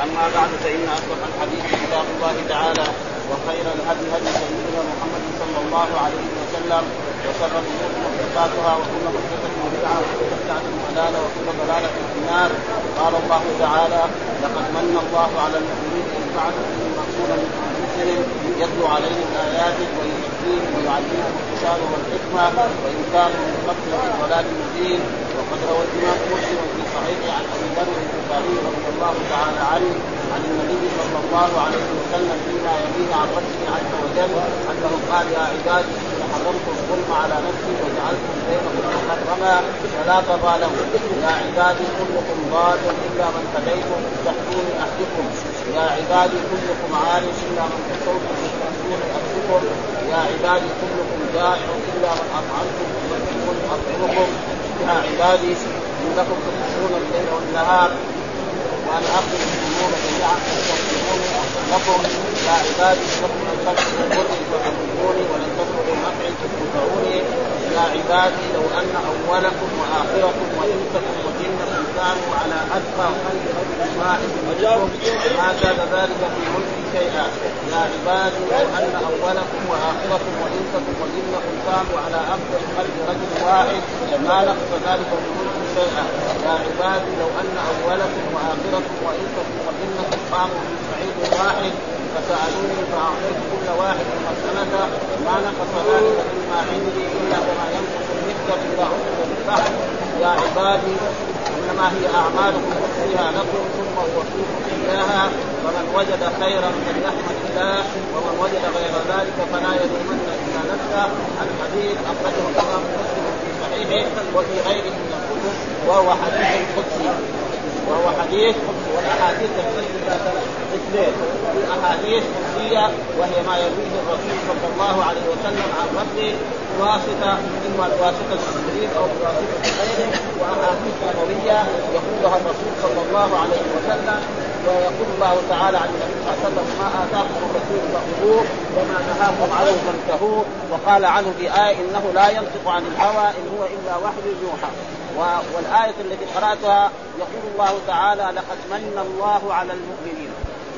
أما بعد فإن أصدق الحديث كتاب الله تعالى وخير الهدي هدي سيدنا محمد صلى الله عليه وسلم وشر الأمور محدثاتها وكل محدثة بدعة وكل بدعة ضلالة وكل ضلالة في النار. قال الله تعالى لقد من الله على المؤمنين إذ بعث فيهم رسولا من أنفسهم يتلو عليهم آياته ويزكيهم ويعلمهم الكتاب والحكمة وإن كانوا من قبل في ضلال مبين. وقد روى الإمام مسلم في صحيحه عن أبي ذر الغفاري رضي الله تعالى عنه عن النبي صلى الله عليه وسلم فيما يرويه عن ربه عز وجل أنه قال يا عبادي إني حرمت الظلم على نفسي وجعلته بينكم محرما فلا تظالموا. يا عبادي كلكم ضال إلا من هديتم فاستحيوني أهدكم. يا عبادي كلكم عارش إلا من كسوتم فاستحيوني أكسكم. يا عبادي كلكم جائع إلا من أطعمتم فاستحيوني أطعمكم. يا عبادي إنكم تخشون الليل والنهار وأنا أخذ الأمور جميعا فاستغفروني لكم. يا عبادي إنكم أنفقتم الضر فتضروني ولن تضروا النفع تنفعوني. يا عبادي لو أن أولكم وآخركم وإنسكم وجنكم كانوا على أتقى قلب رجل واحد منكم ما كان ذلك في ملكي شيئا. يا عبادي لو أن أولكم وآخركم وإنسكم وجنكم كانوا على أفضل قلب رجل واحد ما نقص ذلك في ملكي شيئا. يا عبادي لو أن أولكم وآخركم وإنسكم وجنكم قاموا في صعيد واحد فسألوني فأعطيت كل واحد مسألته ما نقص ذلك مما عندي إلا كما ينقص المكتب إذا أخذ بالبحر. يا عبادي إنما هي أعمالكم أحصيها لكم ثم أوفيكم إياها فمن وجد خيرا فليحمد الله ومن وجد غير ذلك فلا يلومن إلا نفسه. الحديث أخرجه الإمام مسلم في صحيحه وفي غيره من الكتب وهو حديث قدسي والأحاديث تختلف اثنين. في أحاديث قدسية وهي ما يرويه الرسول صلى الله عليه وسلم عن ربه بواسطة إما بواسطة جبريل أو بواسطة غيره. وأحاديث نبوية يقولها الرسول صلى الله عليه وسلم ويقول الله تعالى عن النبي صلى الله عليه وسلم ما آتاكم الرسول فخذوه وما نهاكم عنه فانتهوا. وقال عنه في آية إنه لا ينطق عن الهوى إن هو إلا وحي يوحى. والآية التي قرأتها يقول الله تعالى لقد من الله على المؤمنين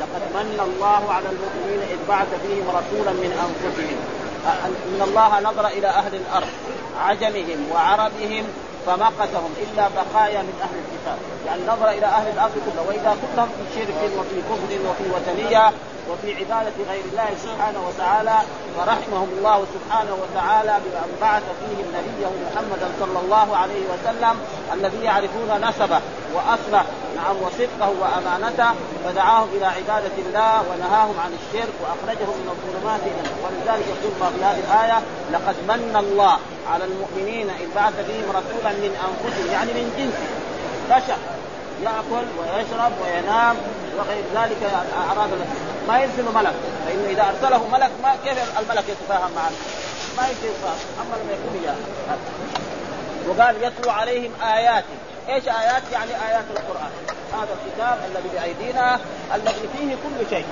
إذ بعث فيهم رسولا من أنفسهم. إن الله نظر إلى أهل الأرض عجمهم وعربهم فمقتهم إلا بقايا من أهل الكتاب. يعني نظر إلى أهل الأرض كلها وإذا كلهم في شرك وفي كفر وفي وثنية وفي عبادة غير الله سبحانه وتعالى فرحمهم الله سبحانه وتعالى بأن بعث فيهم نبيه محمدا صلى الله عليه وسلم الذي يعرفون نسبه وأصله وصدقه وأمانته فدعاهم إلى عبادة الله ونهاهم عن الشرك وأخرجهم من الظلمات إلى النور. ولذلك يقول الله في هذه الآية لقد من الله على المؤمنين إذ بعث فيهم رسولا من أنفسهم يعني من جنسه بشر يأكل ويشرب وينام وغير ذلك أعراض ما يرسل ملك فإنه إذا أرسله ملك ما كيف الملك يتفاهم معه ما يتفاهم أما لما يكون إياه. وقال يتلو عليهم آياته. إيش آيات؟ يعني آيات القرآن. هذا الكتاب الذي بأيدينا الذي فيه كل شيء.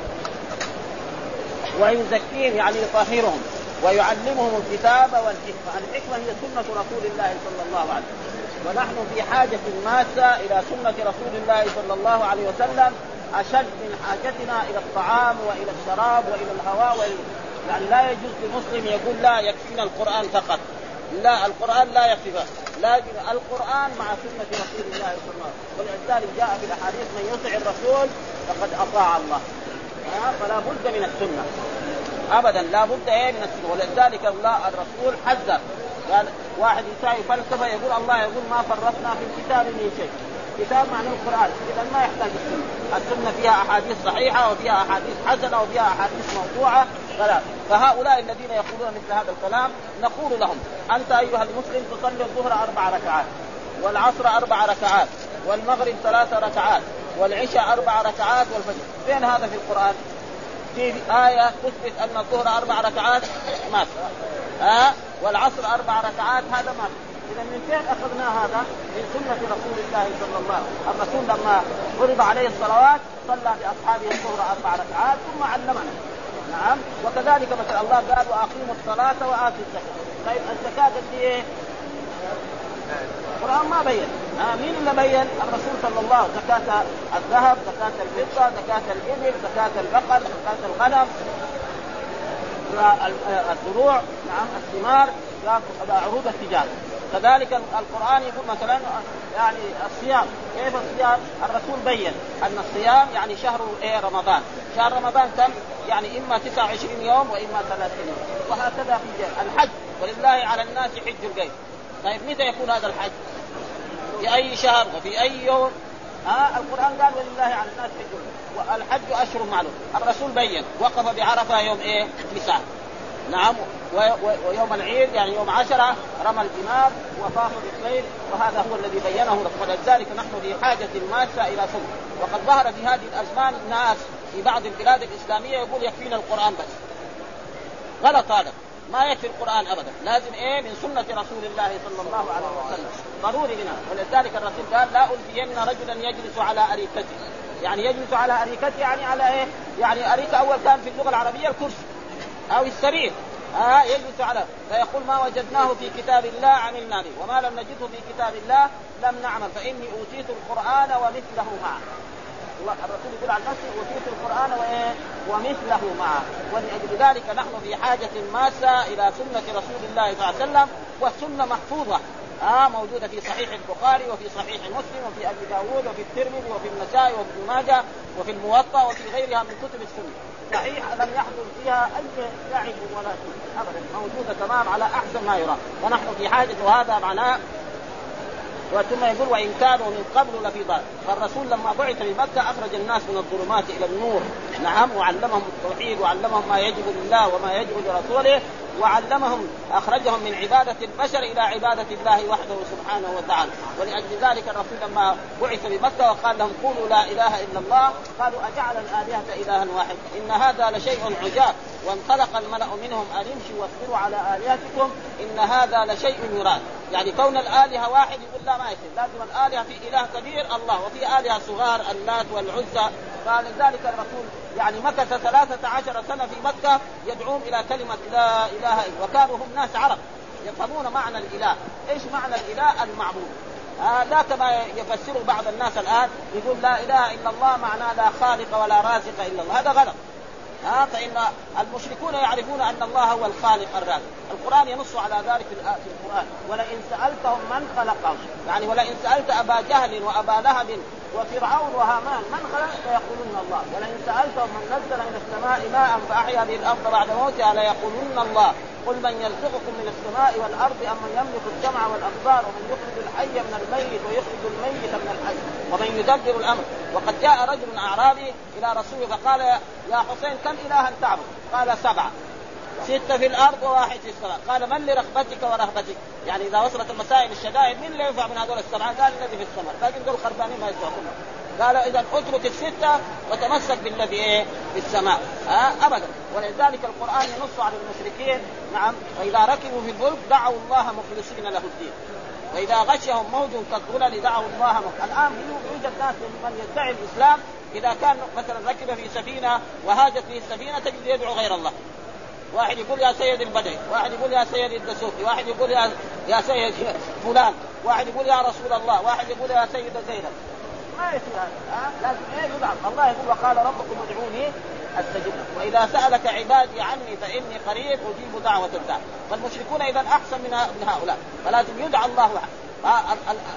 ويزكيهم يعني يطهرهم ويعلمهم الكتاب والحكمة. الحكمة هي سنة رسول الله صلى الله عليه وسلم ونحن في حاجة ماسة إلى سنة رسول الله صلى الله عليه وسلم أشد من حاجتنا إلى الطعام وإلى الشراب وإلى الهواء يعني لا يجوز للمسلم يقول لا يكفينا القرآن فقط. لا القرآن لا يكفي لكن القرآن مع سنة رسول الله صلى الله عليه وسلم. ولذلك جاء في الأحاديث من يطع الرسول فقد أطاع الله. فلا بد من السنة أبدا لا بد من السنة. ولذلك الله الرسول حذر قال واحد يساوي فلسفة يقول الله يقول ما فرطنا في الكتاب من شيء. كتاب معنى القرآن إذا ما يحتاج السنة فيها أحاديث صحيحة وفيها أحاديث حسنة وفيها أحاديث موضوعة. فهؤلاء الذين يقولون مثل هذا الكلام نقول لهم أنت أيها المسلم تصلي الظهر 4 ركعات والعصر 4 ركعات والمغرب 3 ركعات والعشاء 4 ركعات والفجر. فين هذا في القرآن؟ في آية تثبت أن الظهر 4 ركعات ما والعصر 4 ركعات هذا ما. إذا من فين أخذنا هذا؟ من سنة رسول الله صلى الله عليه وسلم. الرسول لما فرض عليه الصلوات صلى بأصحابه الظهر 4 ركعات ثم علمنا. نعم. وكذلك مثل الله قال وأقيموا الصلاة وآتوا الزكاة. طيب الزكاة دي القرآن ما بين. مين اللي بين؟ الرسول صلى الله عليه وسلم. زكاة الذهب، زكاة الفضة، زكاة الإبل، زكاة البقر، زكاة الغنم، الزروع، نعم الثمار، عروض التجارة. كذلك القرآن يقول مثلا يعني الصيام. كيف الصيام؟ الرسول بين أن الصيام يعني شهر رمضان. شهر رمضان كم؟ يعني إما 29 يوم وإما 30 يوم، وهكذا في الحج. ولله على الناس حج البيت. طيب متى يكون هذا الحج؟ في أي شهر وفي أي يوم؟ القرآن قال ولله على الناس حج، والحج أشهر معلوم. الرسول بين، وقف بعرفة يوم 9، نعم، ويوم العيد يعني يوم 10 رمى الجمار وطاف بالخيل، وهذا هو الذي بينه. ولذلك نحن في حاجة ماسة إلى سنة. وقد ظهر في هذه الأزمان ناس في بعض البلاد الإسلامية يقول يكفينا القرآن بس. غلط هذا، ما يكفي القرآن أبدا، لازم من سنة رسول الله صلى الله عليه وسلم، ضروري منها. ولذلك الرسول قال لا ألفين رجلا يجلس على أريكته. يعني يجلس على أريكته يعني على يعني أريكة أول كان في اللغة العربية الكرسي أو السرير. يجلس على، فيقول ما وجدناه في كتاب الله عملنا به، وما لم نجده في كتاب الله لم نعمل، فإني أوتيت القرآن ومثله معه. الرسول يقول عن نفسه أوتيت القرآن ومثله معه. ولأجل ذلك نحن في حاجة ماسة إلى سنة رسول الله صلى الله عليه وسلم. والسنة محفوظة موجودة في صحيح البخاري وفي صحيح مسلم وفي أبي داود وفي الترمذي وفي النسائي وفي ابن ماجه وفي الموطأ وفي غيرها من كتب السنة. صحيح لم يحدث فيها أي لعب ولا شيء أبدا، موجودة تمام على أحسن ما يرام. ونحن في حاجة، وهذا معناه. وثم يقول وإن كانوا من قبل لفي ضلال. فالرسول لما بعث بمكة أخرج الناس من الظلمات إلى النور، نعم، وعلمهم التوحيد وعلمهم ما يجب لله وما يجب لرسوله، وعلمهم أخرجهم من عبادة البشر إلى عبادة الله وحده سبحانه وتعالى. ولأجل ذلك الرسول لما بعث بمكة وقال لهم قولوا لا إله إلا الله، قالوا أجعل الآلهة إلها واحد إن هذا لشيء عجاب. وانطلق الملأ منهم أن امشوا واصبروا على آلهتكم إن هذا لشيء يراد. يعني كون الآلهة واحد يقول لا ما يصير، لازم الآلهة في إله كبير الله وفي آلهة صغار اللات والعزى. فلذلك الرسول يعني مكث 13 سنة في مكة يدعوهم إلى كلمة لا إله إلا، وكانوا هم ناس عرب يفهمون معنى الإله. إيش معنى الإله؟ المعبود. لا كما يفسر بعض الناس الآن يقول لا إله إلا الله معناه لا خالق ولا رازق إلا الله، هذا غلط. فإن المشركون يعرفون أن الله هو الخالق الرازق. القرآن ينص على ذلك في القرآن. ولئن سألتهم من خلقهم، يعني ولئن سألت أبا جهل وأبا لهب وفرعون وهامان من خلق فيقولون الله. ولئن سألتهم من نزل من السماء ماء فأحيا به الأرض بعد موتها ليقولون الله. قل من يرزقكم من السماء والأرض أم من يملك السمع والأبصار ومن يخرج الحي من الميت ويخرج الميت من الحي ومن يدبر الأمر. وقد جاء رجل أعرابي إلى رسوله فقال يا حسين كم إلها تعبد؟ قال 7، 6 في الأرض و1 في السماء. قال من لرغبتك ورهبتك؟ يعني إذا وصلت المسائل الشدائد من اللي ينفع من هذول ال7؟ قال الذي في السماء، لكن دول خربانين ما يسوقون. قال إذا اترك ال6 وتمسك بالذي في السماء. أبدا. ولذلك القرآن ينص على المشركين، نعم، وإذا ركبوا في الفلك دعوا الله مخلصين له الدين وإذا غشهم موج كالظلل دعوا الله الآن يوجد ناس من يدعي الإسلام إذا كان مثلا ركب في سفينة وهاجت به السفينة تجد يدعو غير الله. واحد يقول يا سيد البدوي، واحد يقول يا سيد الدسوقي، واحد يقول يا سيد فلان، واحد يقول يا رسول الله، واحد يقول يا سيد زينب. ما يصير هذا. لازم يدعو الله. يقول وقال ربكم ادعوني استجب لكم وإذا سألك عبادي عني فإني قريب أجيب دعوة الداع. فالمشركون إذا أحسن من هؤلاء، فلازم يدعى الله وحده.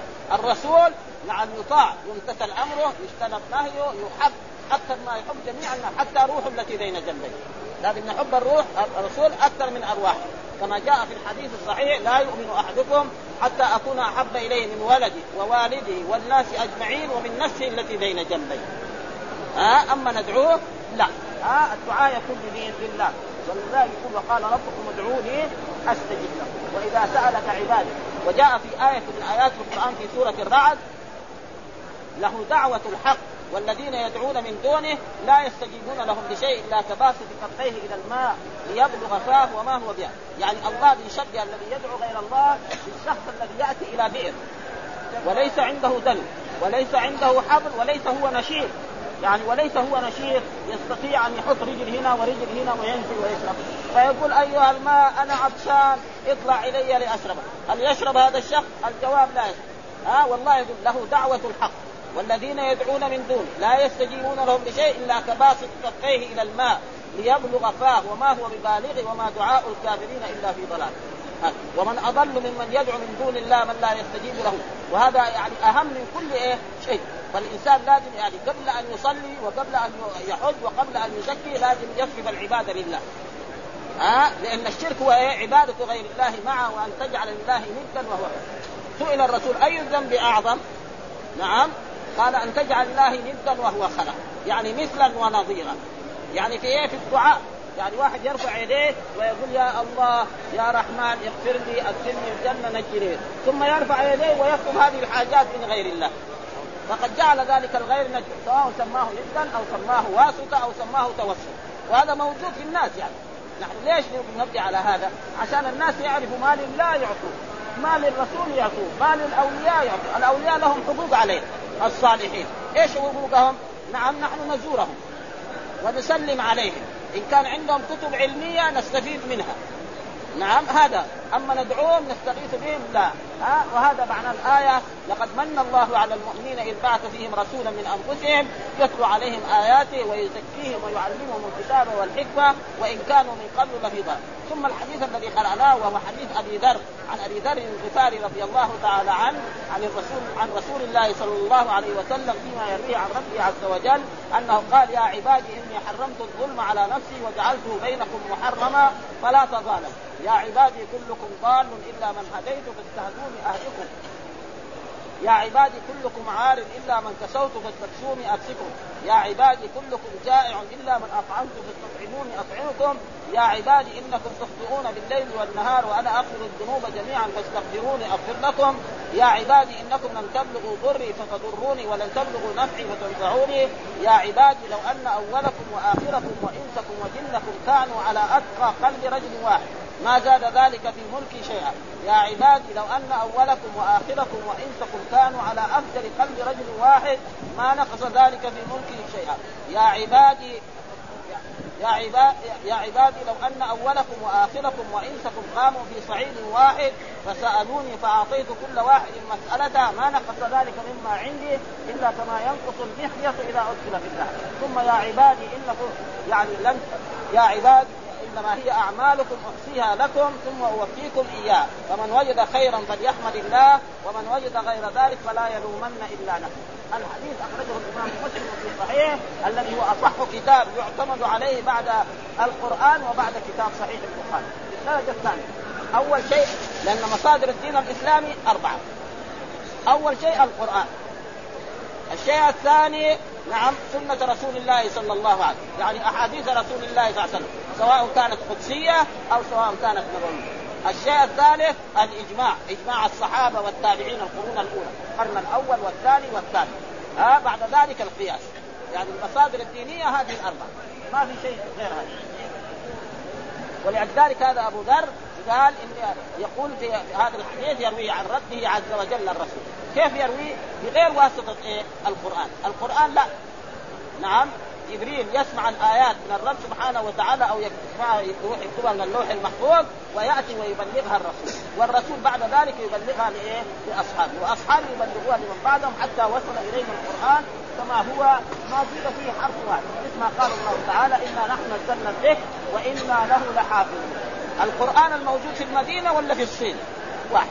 الرسول نعم يطاع، يمتثل أمره، يجتنب نهيه، يحب أكثر ما يحب جميع الناس، حتى روح التي بين جنبيه. لازم نحب الرسول أكثر من أرواح، كما جاء في الحديث الصحيح لا يؤمن أحدكم حتى أكون أحب إليه من ولدي ووالدي والناس أجمعين ومن نفسه التي بين جنبيه. أما ندعوه لا. الدعاء يكون لله. ولذلك يقول وقال ربكم ادعوني أستجب لكم وإذا سألك عبادي. وجاء في آية من آيات القرآن في سورة الرعد له دعوة الحق والذين يدعون من دونه لا يستجيبون لهم بشيء إلا كباسط كفيه إلى الماء ليبلغ فاه وما هو بها. يعني الله بيشبه الذي يدعو غير الله بالشخص الذي يأتي إلى بئر وليس عنده دلو وليس عنده حبل وليس هو نشير، يعني وليس هو نشيط يستطيع أن يحط رجل هنا ورجل هنا وينزل ويشرب، فيقول أيها الماء أنا عطشان اطلع إلي لأشرب. هل يشرب هذا الشخص؟ الجواب لا يشرب. والله يقول له دعوة الحق، والذين يدعون من دون لا يستجيبون لهم بشيء إلا كباسط كفيه إلى الماء ليبلغ فاه وما هو ببالغ وما دعاء الكافرين إلا في ضلال. ومن أضل ممن يدعو من دون الله من لا يستجيب له. وهذا يعني أهم من كل شيء. فالإنسان لازم يعني قبل أن يصلي وقبل أن يحج وقبل أن يزكي لازم يصرف العبادة لله. لأن الشرك هو عبادة غير الله معه، وأن تجعل لله ندا وهو. سئل الرسول أي الذنب أعظم؟ نعم قال أن تجعل الله ندا وهو خلق، يعني مثلا ونظيرا. يعني في الدعاء، يعني واحد يرفع يديه ويقول يا الله يا رحمن اغفر لي ادخلني الجنة نجني، ثم يرفع يديه ويكتب هذه الحاجات من غير الله، فقد جعل ذلك الغير نجم، سواء سماه ندا أو سماه واسطة أو سماه توسل. وهذا موجود في الناس. يعني نحن ليش نبدي على هذا؟ عشان الناس يعرفوا ما لله يعطوه، ما للرسول يعطوه، ما للأولياء يعطوه. الأولياء لهم حقوق عليه، الصالحين ايش حقوقهم؟ نعم نحن نزورهم ونسلم عليهم، إن كان عندهم كتب علمية نستفيد منها، نعم هذا. أما ندعوهم نستغيث بهم لا. وهذا معنى الآية لقد من الله على المؤمنين إذ بعث فيهم رسولا من أنفسهم يتلو عليهم آياته ويزكيهم ويعلمهم الكتاب والحكمة وإن كانوا من قبل لفي ضلال. ثم الحديث الذي قرأناه وهو حديث أبي ذر عن أبي ذر الغفاري رضي الله تعالى عنه عن رسول الله صلى الله عليه وسلم فيما يرويه عن ربه عز وجل أنه قال يا عبادي إني حرمت الظلم على نفسي وجعلته بينكم محرما فلا تظالموا. يا عبادي كلكم ضال إلا من هديت فاستهدوني أهدكم. يا عبادي كلكم عار إلا من كسوت فاستكسوني أكسكم. يا عبادي كلكم جائع إلا من أطعمت فاستطعموني أطعمكم. يا عبادي إنكم تخطئون بالليل والنهار وأنا أغفر الذنوب جميعا فاستغفروني أغفر لكم. يا عبادي إنكم لن تبلغوا ضري فتضروني ولن تبلغوا نفعي فتنفعوني. يا عبادي لو أن أولكم وآخركم وإنسكم وجنكم كانوا على أتقى قلب رجل واحد ما زاد ذلك في ملكي شيئا. يا عبادي لو أن أولكم وآخركم وإنسكم كانوا على أفضل قلب رجل واحد ما نقص ذلك في ملكي شيئا. يا عبادي لو أن أولكم وآخركم وإنسكم قاموا في صعيد واحد فسألوني فأعطيت كل واحد مسألته ما نقص ذلك مما عندي إلا كما ينقص المحيط إذا أدخل في النار. ثم يا عبادي إنكم يا عبادي إنما هي أعمالكم أحصيها لكم ثم أوفيكم إياه فمن وجد خيرا فليحمد الله ومن وجد غير ذلك فلا يلومن إلا نفسه. الحديث أخرجه الإمام مسلم في صحيح الذي هو أصح كتاب يعتمد عليه بعد القرآن وبعد كتاب صحيح البخاري. الدرجة الثانية أول شيء لأن مصادر الدين الإسلامي 4. أول شيء القرآن. الشيء الثاني نعم سنة رسول الله صلى الله عليه وسلم، يعني أحاديث رسول الله صلى الله عليه وسلم سواء كانت قدسية أو سواء كانت نبوية. الشيء الثالث الإجماع، إجماع الصحابة والتابعين القرون الأولى القرن الأول والثاني والثالث. بعد ذلك القياس. يعني المصادر الدينية هذه 4 ما في شيء غير هذا. ولذلك هذا أبو ذر قال إن يقول في هذا الحديث يروي عن ربه عز وجل الرسول. كيف يروي؟ بغير واسطة القرآن. القرآن لا، نعم جبريل يسمع الآيات من الرب سبحانه وتعالى أو يكتبها من اللوح المحفوظ ويأتي ويبلغها الرسول، والرسول بعد ذلك يبلغها لأصحابه وأصحابه يبلغوها لمن بعدهم حتى وصل إليهم القرآن كما هو ما زيد فيه حرف واحد، مثل ما قال الله تعالى إنا نحن نزلنا الذكر وإنا له لحافظون. القرآن الموجود في المدينة ولا في الصين واحد،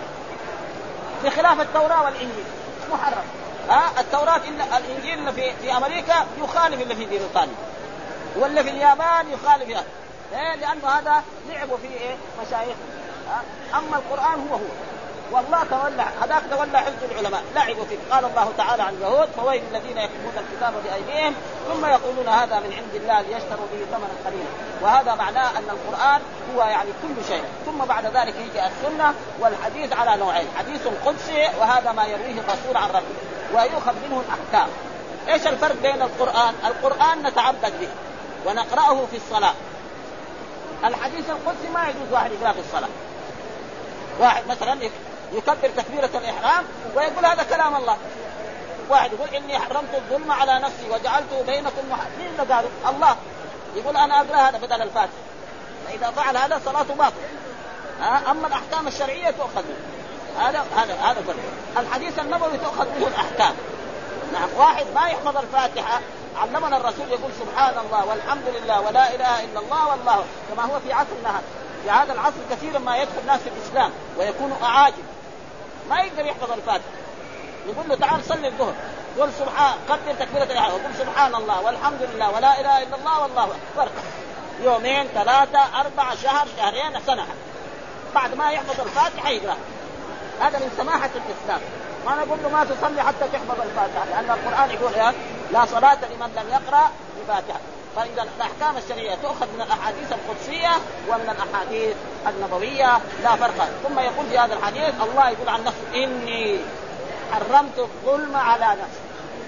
بخلاف التوراة والإنجيل محرم. التوراة الإنجيل في أمريكا يخالف اللي في بريطانيا، ولا في اليابان يخالف لأنه هذا لعبوا فيه مشايخ. أما القرآن هو والله تولى هذاك تولى حفظ العلماء لعبوا فيه. قال الله تعالى عن اليهود فويل الذين يكتبون الكتاب بأيديهم ثم يقولون هذا من عند الله ليشتروا به ثمنا قليلا. وهذا معناه أن القرآن هو يعني كل شيء. ثم بعد ذلك يجي السنة والحديث على نوعين، حديث قدسي وهذا ما يرويه الرسول عن ربه ويؤخذ منه الأحكام. إيش الفرق بين القرآن؟ القرآن نتعبد به ونقرأه في الصلاة. الحديث القدسي ما يجوز واحد يقرأ في الصلاة. واحد مثلا يكبر تكبيرة الإحرام ويقول هذا كلام الله، واحد يقول إني حرمت الظلم على نفسي وجعلته بينكم مين اللي قالوا؟ الله يقول أنا أقرأ هذا بدل الفاتحة، فإذا فعل هذا صلاته باطلة. أما الأحكام الشرعية تؤخذ منه. هذا كله. الحديث النبوي تؤخذ منه الأحكام. نعم، واحد ما يحفظ الفاتحة علمنا الرسول يقول سبحان الله والحمد لله ولا إله إلا الله والله، كما هو في عصرنا هذا. في هذا العصر كثيرا ما يدخل الناس في الإسلام ويكونوا أعاجم ما يقدر يحفظ الفاتحة، يقول له تعال صلي الظهر قل سبحان كبر تكبيرة الإحرام وقل سبحان الله والحمد لله ولا إله إلا الله والله أكبر، يومين 3 4 شهر شهرين سنة، بعد ما يحفظ الفاتحة يقرأ. هذا من سماحة الإسلام. ما نقول له ما تصلي حتى تحفظ الفاتحة، لأن القرآن يقول لا صلاة لمن لم يقرأ بفاتحة. فإذا الأحكام الشرعية تؤخذ من الأحاديث القدسية ومن الأحاديث النبوية لا فرق. ثم يقول في هذا الحديث الله يقول عن نفسه إني حرمت الظلم على نفسي.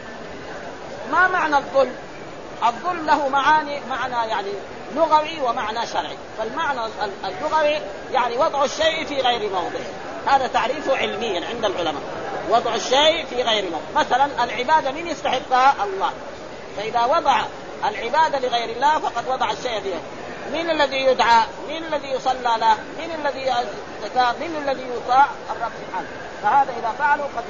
ما معنى الظلم؟ الظلم له معنى يعني لغوي ومعنى شرعي. فالمعنى اللغوي يعني وضع الشيء في غير موضعه، هذا تعريفه علميا عند العلماء، وضع الشيء في غير موضعه. مثلا العبادة من يستحقها؟ الله، فإذا وضع العبادة لغير الله فقد وضع الشيء فيه. من الذي يدعى؟ من الذي يصلى له؟ من الذي يزكى؟ من الذي يطاع؟ الرب سبحانه. فهذا إذا فعلوا قد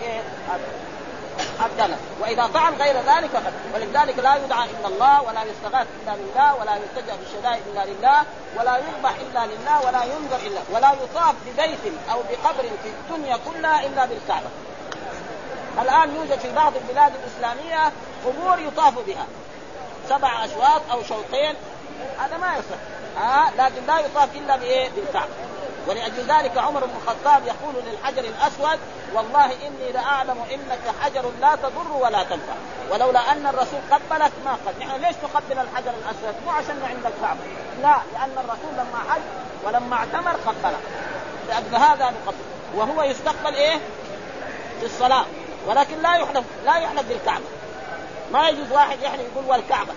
عدله، وإذا فعل غير ذلك فقد. ولذلك لا يدعى إلا الله، ولا يستغاث إلا بالله، ولا يلتجأ بالشدائد إلا لله، ولا يذبح إلا لله، ولا ينذر إلا، ولا يطاف ببيت أو بقبر في الدنيا كلها إلا بالكعبة. الآن يوجد في بعض البلاد الإسلامية قبور يطاف بها 7 أشواط أو شوطين، هذا ما يصح. لكن لا يطاف إلا بالكعبة. ولأجل ذلك عمر بن الخطاب يقول للحجر الأسود والله إني لأعلم إنك حجر لا تضر ولا تنفع، ولولا أن الرسول قبلك ما قبل. نحن ليش نقبل الحجر الأسود؟ مو عشان عند الكعبة، لا، لأن الرسول لما حج ولما اعتمر قبله، لأجل هذا نقبل. وهو يستقبل في الصلاة، ولكن لا يحلف بالكعبة. ما يجوز واحد يحلف يقول والكعبة،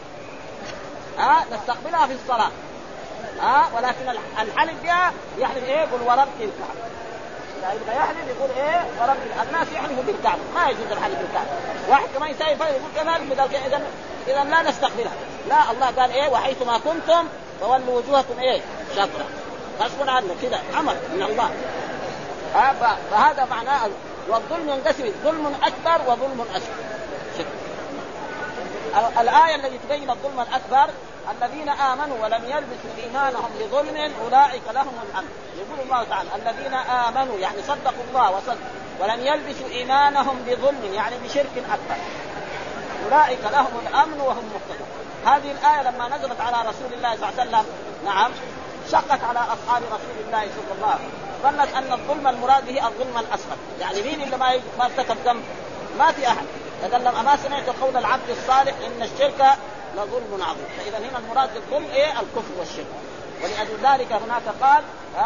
نستقبلها في الصلاة، ولكن الحلف بها يحلف يقول ورب الكعبة. إذا يبغى يحلف يقول ورب. الناس يحلفوا بالكعبة، ما يجوز الحلف بالكعبة. واحد كمان يساوي يقول كذلك، إذا لا نستقبلها. لا، الله قال وحيثما كنتم فولوا وجوهكم شطرة، غصبا عنه كذا أمر من الله. فهذا معناه. والظلم ينقسم ظلم أكبر وظلم أصغر. الآية التي تبين الظلم الأكبر الذين آمنوا ولم يلبسوا إيمانهم بظلم أولئك لهم الأمن. يقول الله تعالى الذين آمنوا يعني صدقوا الله ولم يلبسوا إيمانهم بظلم يعني بشرك أكبر أولئك لهم الأمن وهم مهتدون. هذه الآية لما نزلت على رسول الله صلى الله عليه وسلم نعم شقت على أصحاب رسول الله صلى الله عليه وسلم، ظنت أن الظلم المراد به الظلم الأصغر. يعني مين اللي ما ارتكب ذنب؟ ما في أحد. لكن لما سمعت قول العبد الصالح إن الشرك لظلم عظيم، فإذا هنا المراد بالظلم الكفر والشرك. ولأجل ذلك هناك قال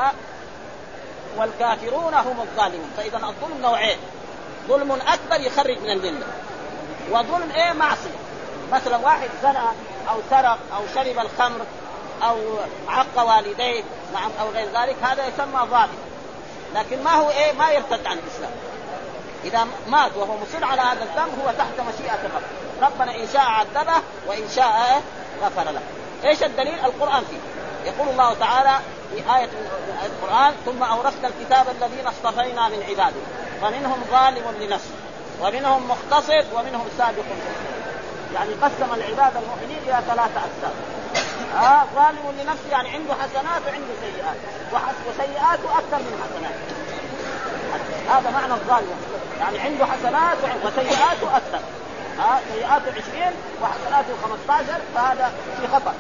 والكافرون هم الظالمون. فإذا الظلم نوعين، ظلم أكبر يخرج من الملة، وظلم معصية. مثلا واحد زنى أو سرق أو شرب الخمر أو عق والديه نعم أو غير ذلك، هذا يسمى ظالم، لكن ما هو ما يرتد عن الإسلام. إذا مات وهو مصر على هذا الذنب هو تحت مشيئة الرب، ربنا إن شاء عذبه وإن شاء غفر له. إيش الدليل؟ القرآن فيه يقول الله تعالى في آية من القرآن ثم أورثنا الكتاب الذين اصطفينا من عبادنا فمنهم ظالم لنفسه ومنهم مقتصد ومنهم سابق. يعني قسم العباد المؤمنين إلى 3 أقسام. ظالم لنفسه يعني عنده حسنات وعنده سيئات، وسيئاته أكثر من حسنات. هذا معنى الظالم، يعني عنده حسنات وسيئاته أكثر. سيئاته 20 وحسناته 15، فهذا في خطأ.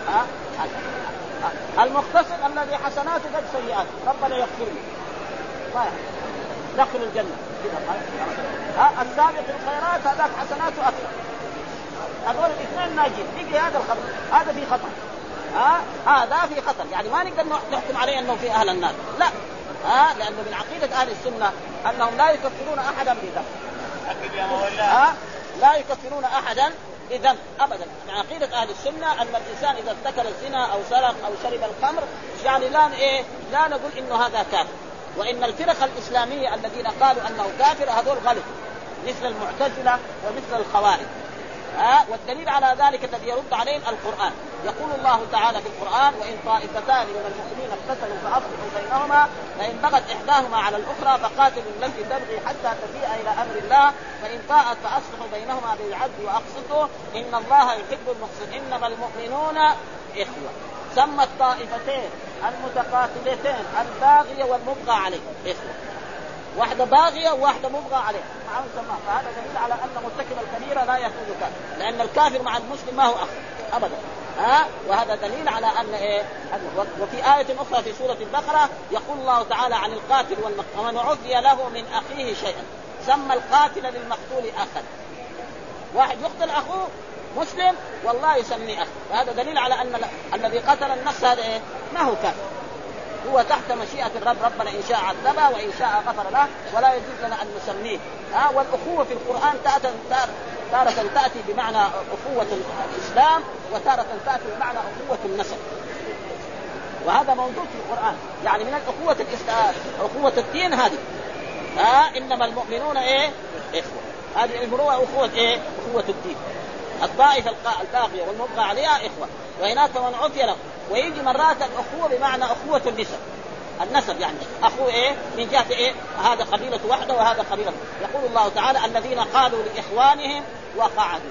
المقتصد الذي حسناته قد سيئاته ربنا يغفر له دخل الجنة. السابق الخيرات هذاك حسناته أكثر. هذول الاثنين ناجين. يجي هذا الخطأ، هذا في خطأ. هذا في خطأ، يعني ما نقدر نحكم عليه أنه في أهل النار، لا. لأنه من عقيدة أهل السنة أنهم لا يكفرون أحدا بذنب. لا يكفرون أحدا بذنب أبدا. من عقيدة أهل السنة أن الإنسان إذا ارتكب الزنا أو سرق أو شرب الخمر يعني لا نقول إنه هذا كافر. وإن الفرق الإسلامية الذين قالوا أنه كافر هذول غلط، مثل المعتزلة ومثل الخوارج. والدليل على ذلك الذي يرد عليهم القرآن. يقول الله تعالى في القرآن: وإن طائفتان من المؤمنين اقتتلوا فأصلحوا بينهما فإن بغت إحداهما على الأخرى فقاتلوا التي تبغي حتى تفيء إلى أمر الله فإن فاءت فأصلحوا بينهما بالعدل وأقسطوا إن الله يحب المقسطين إنما المؤمنون إخوة. سمى الطائفتين المتقاتلتين الباغية والمبغى عليه إخوة، واحدة باغية وواحدة مبغى عليه معهم سماه. فهذا دليل على أن مرتكب الكبيرة لا يكون كافر، لأن الكافر مع المسلم ما هو أخ أبدا. وهذا دليل على أن وفي آية أخرى في سورة البقرة يقول الله تعالى عن القاتل ومن عفي له من أخيه شيئا سمى القاتل للمقتول أخا. واحد يقتل أخوه مسلم والله يسميه أخ، فهذا دليل على أن الذي قتل النفس هذا ما هو كافر، هو تحت مشيئة الرب. ربنا إن شاء عذبه وإن شاء غفر له، ولا يجوز لنا أن نسميه. والأخوة في القرآن تارة تأتي بمعنى أخوة الإسلام وتارة تأتي بمعنى أخوة النسب، وهذا موجود في القرآن. يعني من الأخوة الإسلام أخوة الدين هذه إنما المؤمنون إخوة، هذه المروءة أخوة أخوة الدين. الطائفة الباغية والمبغى عليها إخوة، وهناك من عفي له. ويجي مرات الأخوة بمعنى أخوة النسب يعني أخوه من جهة هذا قبيلة واحدة وهذا قبيلة. يقول الله تعالى: الذين قالوا لإخوانهم وقعدوا.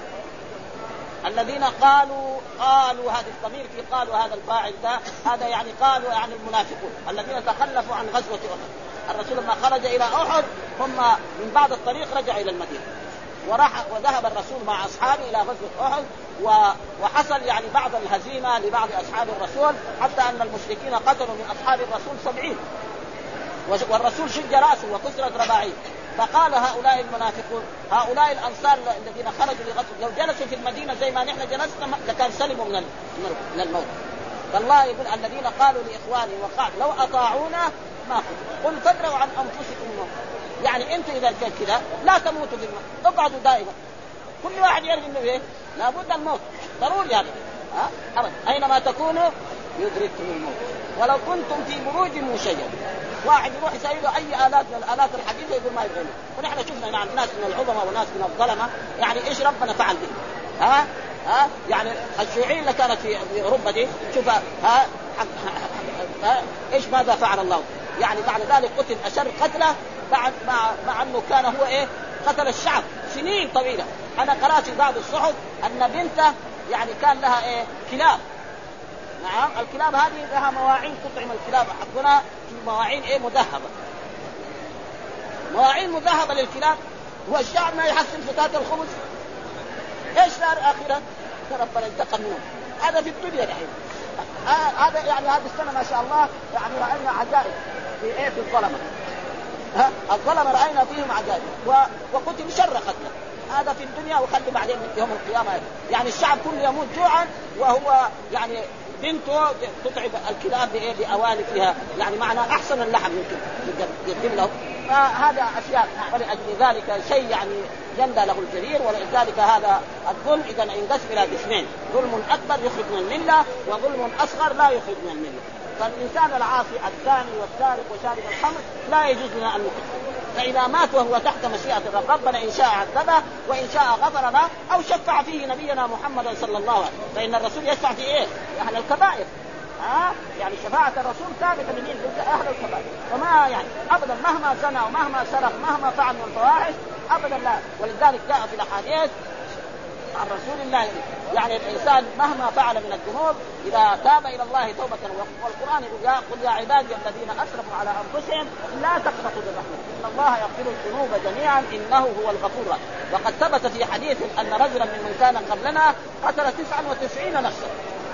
الذين قالوا هذا الضمير في قالوا هذا الفاعل ده، هذا يعني قالوا يعني المنافقون الذين تخلفوا عن غزوة أحد. الرسول لما خرج إلى أحد هم من بعد الطريق رجعوا إلى المدينة وذهب الرسول مع أصحابه إلى غزوة أحد، وحصل يعني بعض الهزيمة لبعض أصحاب الرسول، حتى أن المشركين قتلوا من أصحاب الرسول 70، والرسول شج رأسه وكسرت رباعيه. فقال هؤلاء المنافقون هؤلاء الأنصار الذين خرجوا لغزوة لو جلسوا في المدينة زي ما نحن جلسنا لكان سلموا من الموت. فالله يقول: الذين قالوا لإخوانهم وقعدوا لو أطاعونا ما قل فادروا عن أنفسكم الموت. يعني أنتم إذا كان كذا لا تموتوا في الموت، اقعدوا دائما. كل واحد يعرف إنه لابد الموت ضروري هذا. أبدا أينما تكونوا يدرككم الموت ولو كنتم في بروج مشيدة. واحد يروح يسوي له أي آلات من الآلات الحديثة يقول ما يبغونه. ونحن شفنا ناس من العظماء وناس من الظلمة يعني إيش ربنا فعل به. يعني الشيوعيين اللي كانت في أوروبا دي شوف إيش ماذا فعل الله. يعني بعد ذلك قتل أشر قتله بعد مع أنه كان هو قتل الشعب سنين طويلة. أنا قرأت في بعض الصحف أن بنته يعني كان لها كلاب. نعم الكلاب هذه لها مواعين تطعم الكلاب حقنا في مواعين مذهبة، مواعين مذهبة للكلاب، والشعب ما يحسن فتاة الخبز. ايش صار آخرا؟ ربنا انتقم منهم. هذا في الدنيا الحين. هذا يعني هذه السنة ما شاء الله يعني رأينا عجائب في الظلمة. الظلمة رأينا فيهم عجائب وقتل شر قتله. هذا في الدنيا، وخلي بعدين يوم القيامة يعني الشعب كله يموت جوعا، وهو يعني بنته تطعم الكلاب بأواني فيها يعني معنى أحسن اللحم يمكن يقدم له. فهذا أشياء، ولأجل ذلك شيء يعني جند له الكبير. ولذلك هذا الظلم إذا ينقسم إلى قسمين: ظلم أكبر يخرج من الملة، وظلم أصغر لا يخرج من الملة. فالإنسان العاصي الزاني والسارق وشارب الخمر لا يجوز لنا أن نقتله، فإذا مات وهو تحت مشيئة الرب ربنا إن شاء عذبه وإن شاء غفر له أو شفع فيه نبينا محمد صلى الله عليه وسلم. فإن الرسول يشفع في أهل الكبائر. يعني شفاعة الرسول ثابتة لمين؟ أهل الكبائر. وما يعني أبدا مهما زنى ومهما سرق مهما فعل من الفواحش أبدا لا. ولذلك جاء في الأحاديث عن رسول الله يعني الإنسان مهما فعل من الذنوب إذا تاب إلى الله توبة، والقرآن يقول: قل يا عبادي الذين أسرفوا على أنفسهم لا تقنطوا من رحمة الله، إن الله يغفر الذنوب جميعا إنه هو الغفور الرحيم. وقد ثبت في حديث أن رجلا من كان قبلنا قتل 99 نفسا،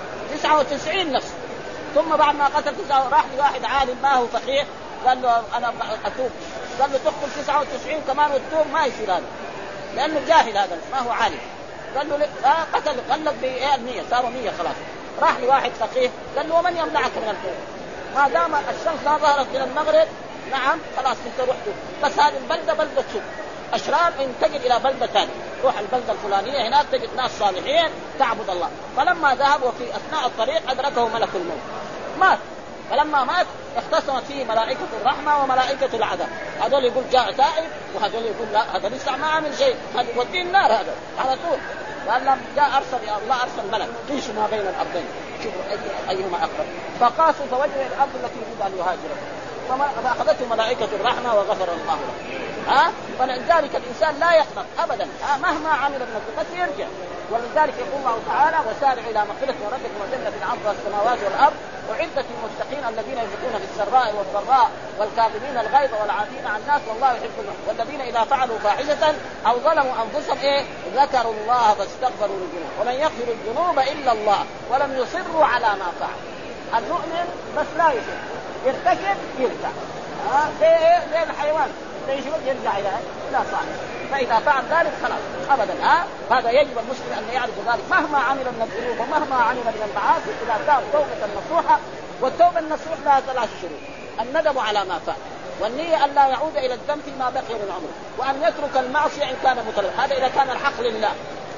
99 نفس. ثم بعد ما قتل 9 راح لواحد عالم ما هو فقيه قال له: أنا أتوب. قال له: تقتل 99 كمان وتتوب؟ ما يصير هذا، لأنه جاهل هذا ما هو عالم. قال له: قتل غلق ب100 صاروا 100 خلاص. راح لواحد فقيه قال له: ومن يمنعك من التوبة؟ ما دام الشمس لا ظهرت من المغرب نعم خلاص انت رحت، بس هذه البلدة بلدة سوء أشرار، انتقل إلى بلدة ثانية، روح البلدة الفلانية هناك تجد ناس صالحين تعبد الله. فلما ذهب وفي أثناء الطريق أدركه ملك الموت، مات. فلما مات اختصمت فيه ملائكة الرحمة وملائكة العذاب. هذول يقول جاء تائب، وهذول يقول لا هذا لسه ما عمل شيء، هذا يوديه النار هذا على طول. قال لما جاء أرسل يا الله أرسل ملك يمشي ما بين الأرضين شوفوا أيهما أكبر، فقاسوا فوجدوا الأرض التي يريد أن يهاجر فأخذته ملائكة الرحمة وغفر الله له. فلذلك الإنسان لا يقنط أبدا مهما عمل من الخطأ يرجع. ولذلك يقول الله تعالى وسارعوا إلى مغفرة من ربكم وجنة عرضها السماوات والأرض أعدت للمتقين الذين ينفقون في السراء والضراء والكاظمين الغيظ والعافين عن الناس والله يحب المحسنين والذين إذا فعلوا فاحشة أو ظلموا أنفسهم ذكروا الله فاستغفروا لذنوبهم ومن يغفر الذنوب إلا الله ولم يصروا على ما فعل. المؤمن بس لا يصر، يرتكب يرجع زي الحيوان يرجع إلى صاحبه، فإذا فعل ذلك خلاص أبدا. هذا يجب المسلم أن يعرف ذلك مهما عمل من الذنوب ومهما عمل من المعاصي إذا تاب توبة نصوحة. والتوبة النصوح لها 3 شروط: الندم على ما فعل، والنية أن لا يعود إلى الذنب فيما بقي من عمره، وأن يترك المعصية إن كان متلبس. هذا إذا كان الحق لله.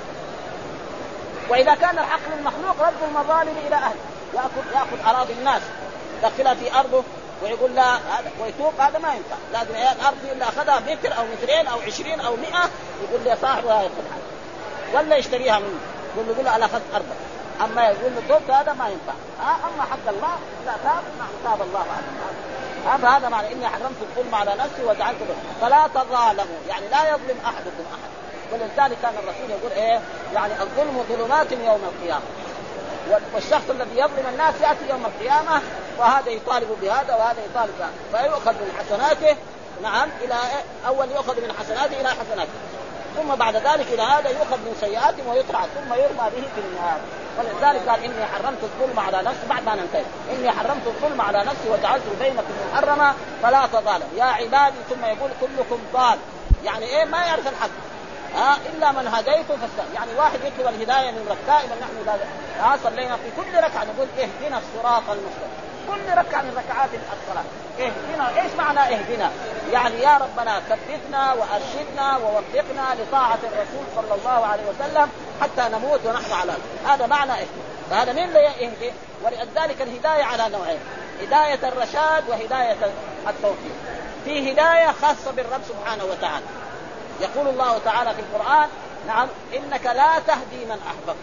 وإذا كان الحق للمخلوق رد المظالم إلى أهله، يأخذ أراضي الناس دخلها في أرضه ويقول لا ويتوب، هذا ما ينفع. لازم الأرض اللي أخذها متر أو مترين أو 20 أو 100 يقول لي صاحبها يأخذها ولا يشتريها منه، يقول له أنا أخذت أرضك. أما يقول له توب هذا ما ينفع. أما حق الله إذا تاب تاب الله عنه. فهذا معنى إني حرمت الظلم على نفسي وجعلته فلا تظالموا، يعني لا يظلم أحدكم أحد. ولذلك كان الرسول يقول يعني الظلم ظلمات يوم القيامة، والشخص الذي يظلم الناس يأتي يوم القيامة وهذا يطالب بهذا وهذا يطالب بهذا، فيؤخذ من حسناته إلى أول يؤخذ من حسناته إلى حسناته، ثم بعد ذلك إلى هذا يؤخذ من سيئاته ويطرح ثم يرمى به في النار. ولذلك قال إني حرمت الظلم على نفسي بعد ما ننتهي إني حرمت الظلم على نفسي وجعلت بينكم محرما فلا تظالموا يا عبادي. ثم يقول كلكم ضال، يعني ما يعرف الحق إلا من هديته فاستهدى. يعني واحد يطلب الهداية من رب. دائما نحن صلينا في كل ركعة نقول اهدنا الصراط المستقيم، كل ركعة من ركعات الصلاة اهدنا. ايش معنى اهدنا؟ يعني يا ربنا ثبتنا وارشدنا ووفقنا لطاعة الرسول صلى الله عليه وسلم حتى نموت ونحن على هذا معنى اهدنا. فهذا من لا يهدي. ولذلك الهداية على نوعين: هداية الرشاد وهداية التوفيق. في هداية خاصة بالرب سبحانه وتعالى، يقول الله تعالى في القرآن نعم إنك لا تهدي من أحببت،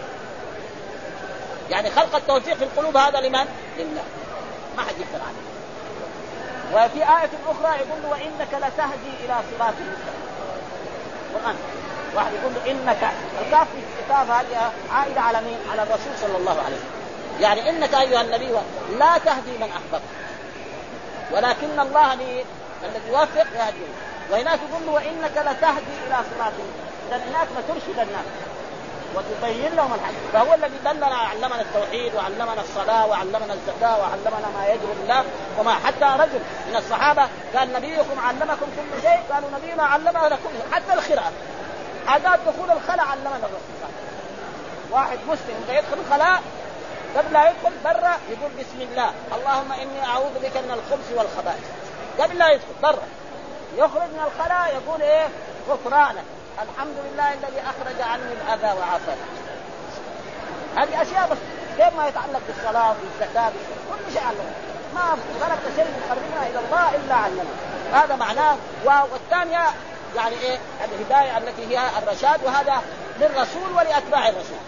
يعني خلق التوفيق في القلوب هذا لمن؟ لله، ما حد يقدر عليه. وفي آية أخرى يقول له وإنك لتهدي إلى صراط مستقيم. القرآن واحد يقول له إنك، الكاف في الكتاب هذه عائدة على مين؟ على الرسول صلى الله عليه وسلم. يعني إنك أيها النبي لا تهدي من أحببت ولكن الله الذي يوفق يهدي. وهناك يقول له وإنك لتهدي إلى صراط مستقيم، هناك ما ترشد الناس وتبين لهم الحق. فهو الذي دلنا علمنا التوحيد وعلمنا الصلاة وعلمنا الزكاة وعلمنا ما يجب الله. وما حتى رجل من الصحابة قال نبيكم علمكم كل شيء، قالوا نبينا علمنا لكم حتى الخراء، عادات دخول الخلاء علمنا الرسول. واحد مسلم يدخل الخلاء قبل لا يدخل برا يقول بسم الله اللهم إني أعوذ بك من الخبث والخبائث، قبل لا يدخل برا. يخرج من الخلاء يقول غفرانك الحمد لله الذي أخرج عني الأذى وعافاني. هذه أشياء بس كيف ما يتعلق بالصلاة والزكاة كل شيء علمنا، ما بلغت شيء يقربنا إلى الله إلا علمنا. هذا معناه. والثانية يعني الهداية التي هي الرشاد، وهذا للرسول ولأتباع الرسول،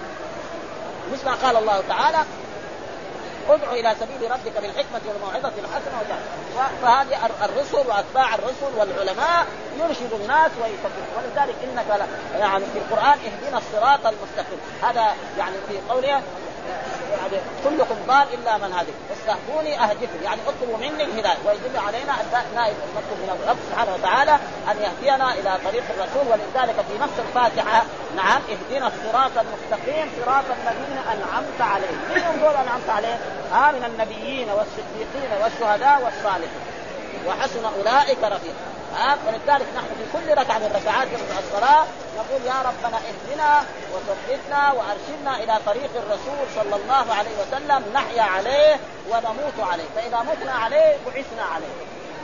مثل ما قال الله تعالى ادعو إلى سبيل ربك بالحكمة والموعظة الحسنة. فهذه الرسل وأتباع الرسل والعلماء يرشد الناس ويثبتون. ولذلك إنك يعني في القرآن اهدنا الصراط المستقيم، هذا يعني في قوله يعني كلكم ضال إلا من هدي فاستهدوني أهدكم، يعني اطلبوا مني الهداية. ويجب علينا أن نطلب من الرب سبحانه وتعالى أن يهدينا إلى طريق الرسول. ولذلك في نفس الفاتحة نعم اهدنا الصراط المستقيم صراط الذين أنعمت عليهم. مين دول أنعمت عليهم؟ من النبيين والصديقين والشهداء والصالحين وحسن أولئك رفيقا. ولذلك نحن في كل ركعة من ركعات الصلاة نقول يا ربنا اهدنا وثبتنا وأرشدنا إلى طريق الرسول صلى الله عليه وسلم نحيا عليه ونموت عليه، فإذا متنا عليه بعثنا عليه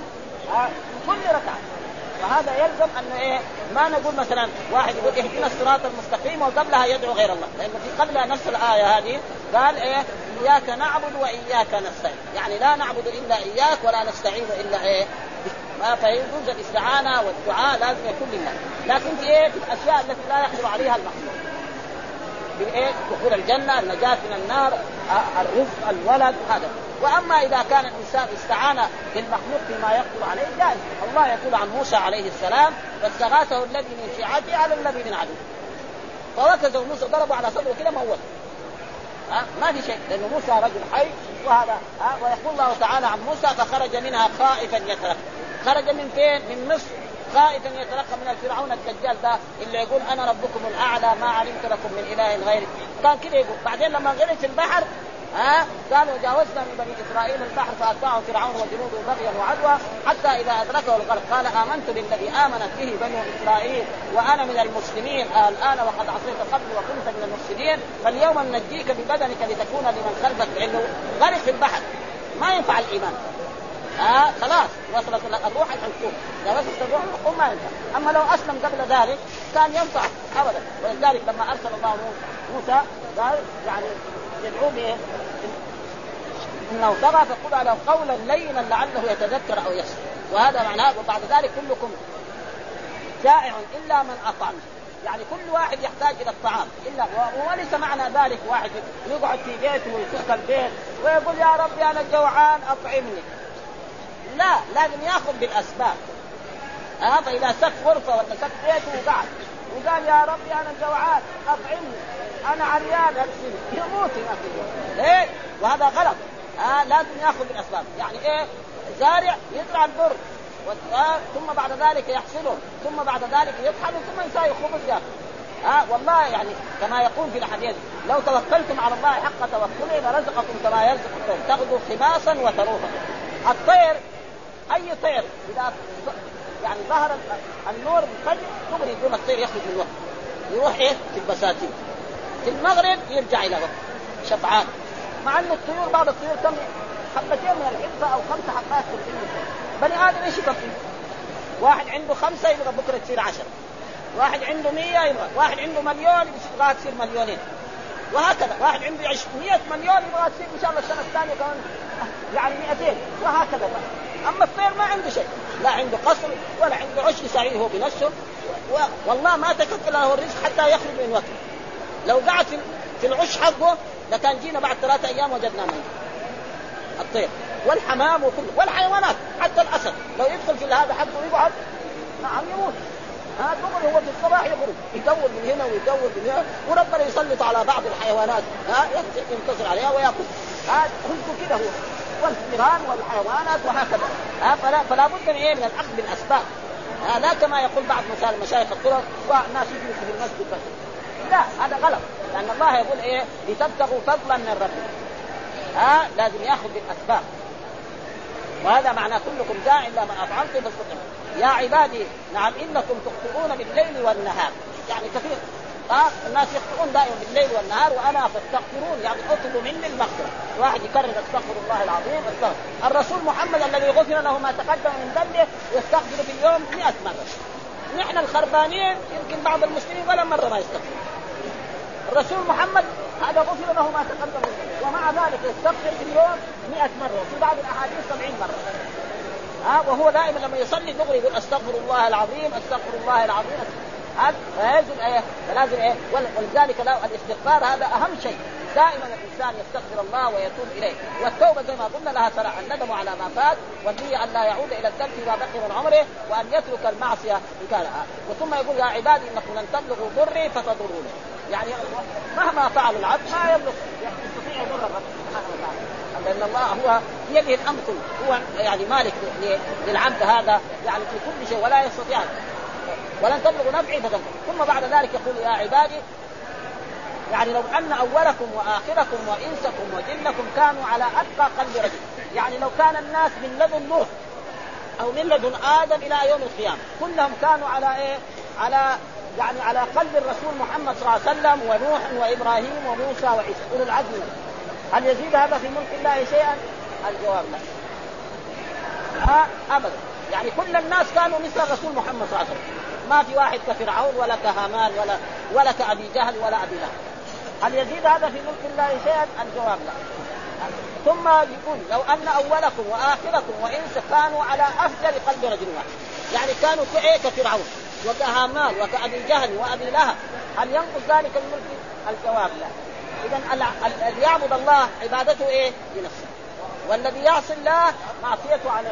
كل ركعة. وهذا يلزم أن ما نقول مثلا واحد يقول اهدنا الصراط المستقيم وقبلها يدعو غير الله، لأنه في قبلها نفس الآية هذه قال إياك نعبد وإياك نستعين، يعني لا نعبد إلا إياك ولا نستعين إلا إيه ما فيجوز الاستعانة والدعاء لازم يكون لله، لكن في إيه في الأشياء التي لا يقدر عليها المخلوق، بالإيه دخول الجنة، النجاة من النار، الرزق، الولد، هذا. وأما إذا كان الإنسان استعان بالمخلوق فيما يقدر عليه جائز. الله يقول عن موسى عليه السلام فاستغاثه الذي من شيعته على الذي من عدوه، فوكزه موسى ضربه على صدره كده موت، ما في شيء، لأن موسى رجل حي وهذا. ويقول الله تعالى عن موسى فخرج منها خائفا يترقب. خرج من فين؟ من مصر خائفا يترقب من الفرعون الدجال ده اللي يقول أنا ربكم الأعلى ما علمت لكم من إله غيري، كان كده يقول. بعدين لما غرق في البحر قالوا جاوزنا من بني إسرائيل البحر فأتبعه فرعون وجنوده بغيا وعدوى حتى إذا أدركه الغرق قال آمنت بالذي آمنت به بنو إسرائيل وأنا من المسلمين الآن وقد عصيت قبل وكنت من المفسدين فاليوم ننجيك ببدنك لتكون لمن خلفك، لأنه غرق في البحر ما ينفع الإيمان. خلاص وصلت الروح الحكوم، إذا وصلت الروح الحكوم ما ينفع. أما لو أسلم قبل ذلك كان ينفع أبدا. ولذلك لما أرسل الله موسى قال يعني يدعو به إنه طغى فقل له قولا لينا لعله يتذكر أو يخشى، وهذا معناه. وبعد ذلك كلكم جائع إلا من أطعمه، يعني كل واحد يحتاج إلى الطعام إلا وليس معنى ذلك واحد يقعد في بيته ويسك البيت ويقول يا ربي أنا جوعان أطعمني، لا، لازم يأخذ بالأسباب. فإذا سك غرفة ولا سك بيته وقعد وقال يا ربي أنا جوعان أطعمني أنا عريان يموت ما في إيه، وهذا غلط. لازم يأخذ بالأسباب. يعني إيه؟ زارع يزرع البر ثم بعد ذلك يحصله ثم بعد ذلك يطحنه ثم يساوي خبز يأكل. والله يعني كما يقول في الحديث لو توكلتم على الله حق توكله لرزقكم كما يرزق الطير تغدو خماصا وتروحا. الطير أي طير إذا يعني ظهر النور بالفجر تغري دون الطير يخرج من الوقت يروح إيه في البساتين، في المغرب يرجع إلى وقت شفعان. مع أن الطيور بعض الطيور كم حبتين من الحبة أو 5 حبات في الحبة. بني آدم إيش يكفي؟ واحد عنده 5 يبغى بكرة تصير 10، واحد عنده 100 يبغى، واحد عنده 1,000,000 يبغى تصير 2,000,000، وهكذا. واحد عنده 100 مليون يبغى تصير إن شاء الله السنة الثانية كمان يعني 200، وهكذا بقى. أما الطير ما عنده شيء، لا عنده قصر ولا عنده عش يساعده هو بنفسه، والله ما تكفل له الرزق حتى يخرج من وقته. لو قعد في العش حقه لكان جينا بعد 3 أيام وجدنا منه الطير والحمام وكل والحيوانات حتى الأسد لو يدخل في هذا حقه ويقعد نعم يموت. دغري هو في الصباح يخرج يدور من هنا ويدور من هنا، وربنا يسلط على بعض الحيوانات ينتصر عليها ويأكل. رزقه كده هو والفئران والحيوانات وهكذا. فلا بد من ايه من الاخذ بالاسباب. لا كما يقول بعض مشايخ الطرق والناس يجلسوا في المسجد بس، لا هذا غلط، لان الله يقول ايه لتبتغوا فضلا من ربكم. لازم ياخذ بالاسباب. وهذا معناه كلكم جاع الا من اطعمتم فاستطعموا يا عبادي نعم انكم تخطئون بالليل والنهار، يعني كثير الناس يخطئون دائما بالليل والنهار وانا فاستغفرون، يعني اطلبوا مني المغفره. واحد يكرر استغفر الله العظيم استغفر. الرسول محمد الذي غفر له ما تقدم من ذنبه يستغفر في اليوم 100 مرة. نحن الخربانين يمكن بعض المسلمين ولا مرة ما يستغفر. الرسول محمد هذا غفر له ما تقدم من ذنبه ومع ذلك يستغفر في اليوم 100 مرة، وفي بعض الاحاديث 70 مرة. وهو دائما لما يصلي دغري يقول استغفر الله العظيم استغفر الله العظيم. فلازم ايه ولذلك الاستغفار هذا اهم شيء. دائما الانسان يستغفر الله ويتوب اليه، والتوبه زي ما قلنا لها ترى الندم على ما فات، والنية ان لا يعود الى الذنب فيما بقي من عمره، وان يترك المعصيه ان كان. وثم يقول يا عبادي انكم لن تبلغوا ضري فتضروني، يعني مهما فعل العبد ما يبلغ يستطيع يضر الرب سبحانه وتعالى، لان الله هو بيده الامر كله، هو يعني مالك للعبد هذا يعني في كل شيء ولا يستطيع ولن تبلغوا نفعي فتنفعوا. ثم بعد ذلك يقول يا عبادي يعني لو أن أولكم وآخركم وإنسكم وجنكم كانوا على أتقى قلب رجل، يعني لو كان الناس من لدن نوح أو من لدن آدم إلى يوم القيامة كلهم كانوا على إيه على قلب الرسول محمد صلى الله عليه وسلم ونوح وإبراهيم وموسى وعيسى أولو العزم، هل يزيد هذا في ملك الله شيئا؟ الجواب لا أبدا. يعني كل الناس كانوا مثل الرسول محمد صلى الله عليه وسلم، ما في واحد كفرعون ولا كهامان ولا كأبي جهل ولا أبي لهب. هل يزيد هذا في ملك الله شيئا؟ الجواب لا. ثم يقول لو أن أولكم وآخركم وإنس كانوا على أفجر قلب رجل واحد، يعني كانوا كفرعون وكهامان وكأبي جهل وأبي لهب، هل ينقص ذلك الملك؟ الجواب لا. إذن الذي يعبد الله عبادته لنفسه، والذي يعصي الله معصيته على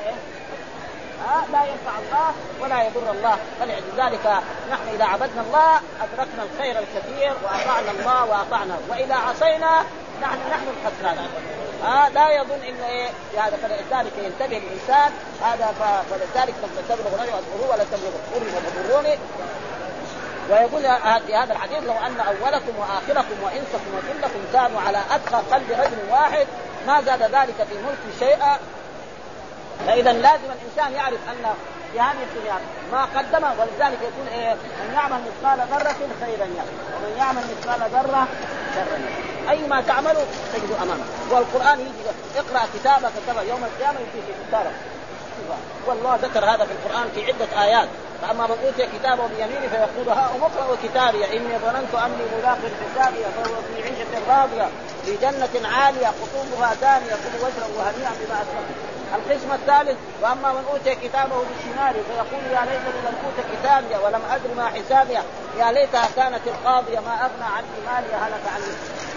لا ينفع الله ولا يضر الله. فلذلك نحن إذا عبدنا الله أدركنا الخير الكثير وأطعنا الله وأطعنا، وإذا عصينا نحن الخسران. لا يظن إنه هذا. فلذلك ينتبه الإنسان هذا. فلذلك تبلغ رأيه أذكروه ولا تبلغ أذكروني وتضروني. ويقول في هذا الحديث لو أن أولكم وآخركم وإنسكم وجنكم كانوا على أتقى قلب رجل واحد ما زاد ذلك في ملك شيئا. فإذا لازم الإنسان يعرف أن في هذه الدنيا ما قدمه، ولذلك يقول من يعمل مثقال ذرة خيرا يره ومن يعمل مثقال ذرة شرا يره. أي ما تعملوا تجدوا أمامه. والقرآن يجي اقرأ كتابك كتابا يوم القيامة يجي كتابك. والله ذكر هذا في القرآن في عدة آيات. فأما من أوتي كتابه بيمينه فيقول هاؤم اقرءوا كتابي إني ظننت أني ملاق حسابي فهو في عيشة راضية في جنة عالية قطوفها دانية كلوا واشربوا هنيئا بما أسلفتم. القسم الثالث وأما من أوتي كتابه بشماله فيقول يا ليتني لم أوت كتابي ولم أدر ما حسابي يا ليتها كانت القاضية ما أغنى عني مالي هلك عني.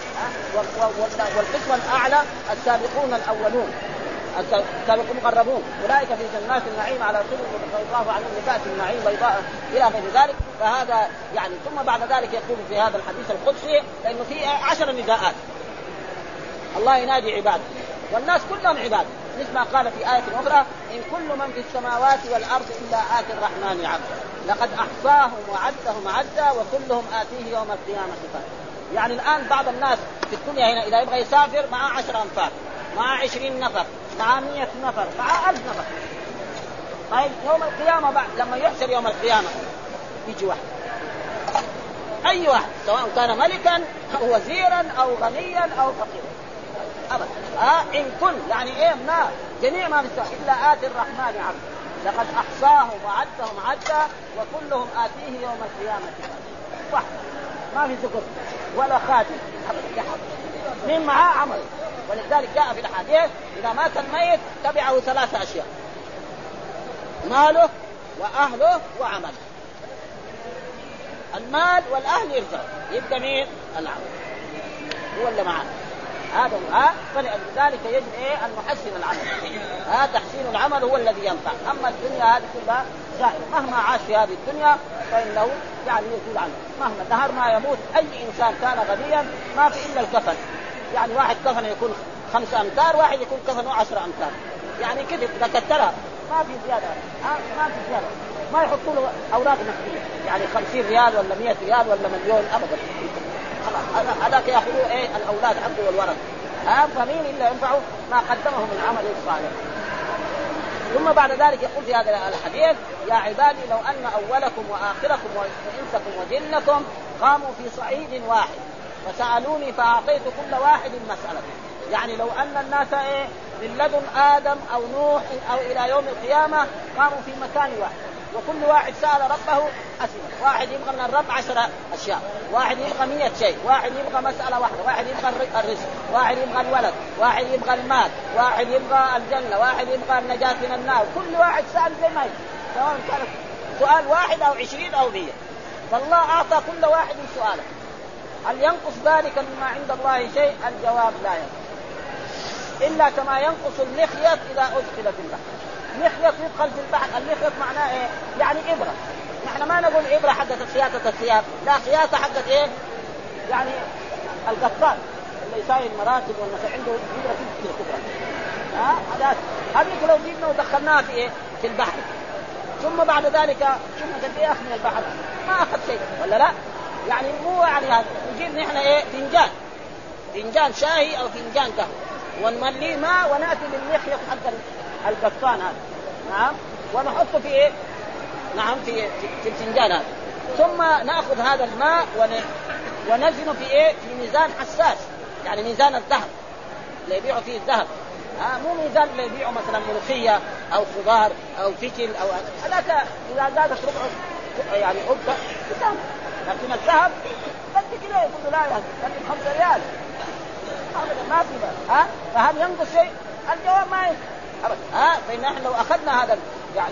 والقسم الأعلى السابقون الأولون السابقون المقربون أولئك في جنات النعيم على سرر الله عليهم لباس النعيم بيضاء إلى غير ذلك. فهذا يعني ثم بعد ذلك يقول في هذا الحديث القدسي لأنه فيه 10 نداءات الله ينادي عباده والناس كلهم عباد، مثل ما قال في آية أخرى إن كل من في السماوات والأرض إلا آتي الرحمن عبدا لقد أحصاهم وعدهم عدا وكلهم آتيه يوم القيامة فردا. يعني الآن بعض الناس في الدنيا هنا إذا يبغى يسافر مع 10 أنفار مع 20 نفر مع 100 نفر مع 1000 نفر. طيب يوم القيامة بعد لما يحشر يوم القيامة يجي واحد أي واحد سواء كان ملكا أو وزيرا أو غنيا أو فقيرا أبدا. إن كل يعني ما جميع ما في السماء إلا آتي الرحمن عبدا لقد أحصاهم وعدهم عدا وكلهم آتيه يوم القيامة واحد ما في ذكر ولا خاتم أبدا من معاه عمل. ولذلك جاء في الحديث إذا مات الميت تبعه 3 أشياء ماله وأهله وعمله. المال والأهل يرجع يبقى مين؟ العمل هو اللي معاه هذا. فلذلك يجب أن نحسن العمل. تحسين العمل هو الذي ينفع. أما الدنيا هذه كلها زائل مهما عاش في هذه الدنيا فإنه يعني يزول عنه مهما نهار ما يموت. أي إنسان كان غنيا ما في إلا الكفن، يعني واحد كفن يكون 5 أمتار واحد يكون كفنه 10 أمتار يعني كذب ذكرتها ما في زيادة. ما في زيادة ما يحطوا له أوراق نقدية يعني 50 ريال ولا 100 ريال ولا مليون أبدا. هذاك يأخذوا الأولاد حقه والورث. فمين إلا ينفعوا ما قدمه من عمل صالح. ثم بعد ذلك يقول في هذا الحديث يا عبادي لو أن أولكم وآخركم وإنسكم وجنكم قاموا في صعيد واحد فسألوني فأعطيت كل واحد مسألة. يعني لو أن الناس من لدن آدم أو نوح أو إلى يوم القيامة قاموا في مكان واحد وكل واحد سأل ربه أسئلة. واحد يبغى من الرب 10 أشياء، واحد يبغى 100 شيء، واحد يبغى مسألة واحدة، واحد يبغى الرزق، واحد يبغى الولد، واحد يبغى المال، واحد يبغى الجنة، واحد يبغى النجاة من النار. كل واحد سأل زي ما يبغى سواء كان سؤال واحد أو 20 أو 100. فالله أعطى كل واحد سؤاله. هل ينقص ذلك مما عند الله شيء؟ الجواب لا ينقص إلا كما ينقص المخيط إذا أدخل في البحر. مخيط يدخل في البحر، المخيط معناه يعني إبرة. نحن ما نقول إبرة حقت خياطة الثياب، لا خياطة حقت يعني القطان اللي يساوي المراتب والمسا عنده إبرة كبرى. هذه لو جبنا ودخلناها في البحر ثم بعد ذلك شفنا قد إيه أخذ من البحر ما أخذ شيء ولا لا؟ يعني مو يعني هذا نجيب نحن فنجان شاهي أو فنجان قهوة ونمليه ماء ونأتي بالمخيط حق القطان هذا نعم ونحطه في نعم في الفنجان هذا ثم نأخذ هذا الماء ونزنه في ميزان حساس يعني ميزان الذهب اللي يبيعوا فيه الذهب مو ميزان اللي يبيعوا مثلا ملوخية أو خضار أو فجل أو هذاك إذا زادت ربع يعني عبة كتاب. لكن الذهب قد كده يقول لا يهدي قد 5 ريال ما ما في بقى. فهل ينقص شيء؟ الجواب ما ينقص أبدا. فإن لو أخذنا هذا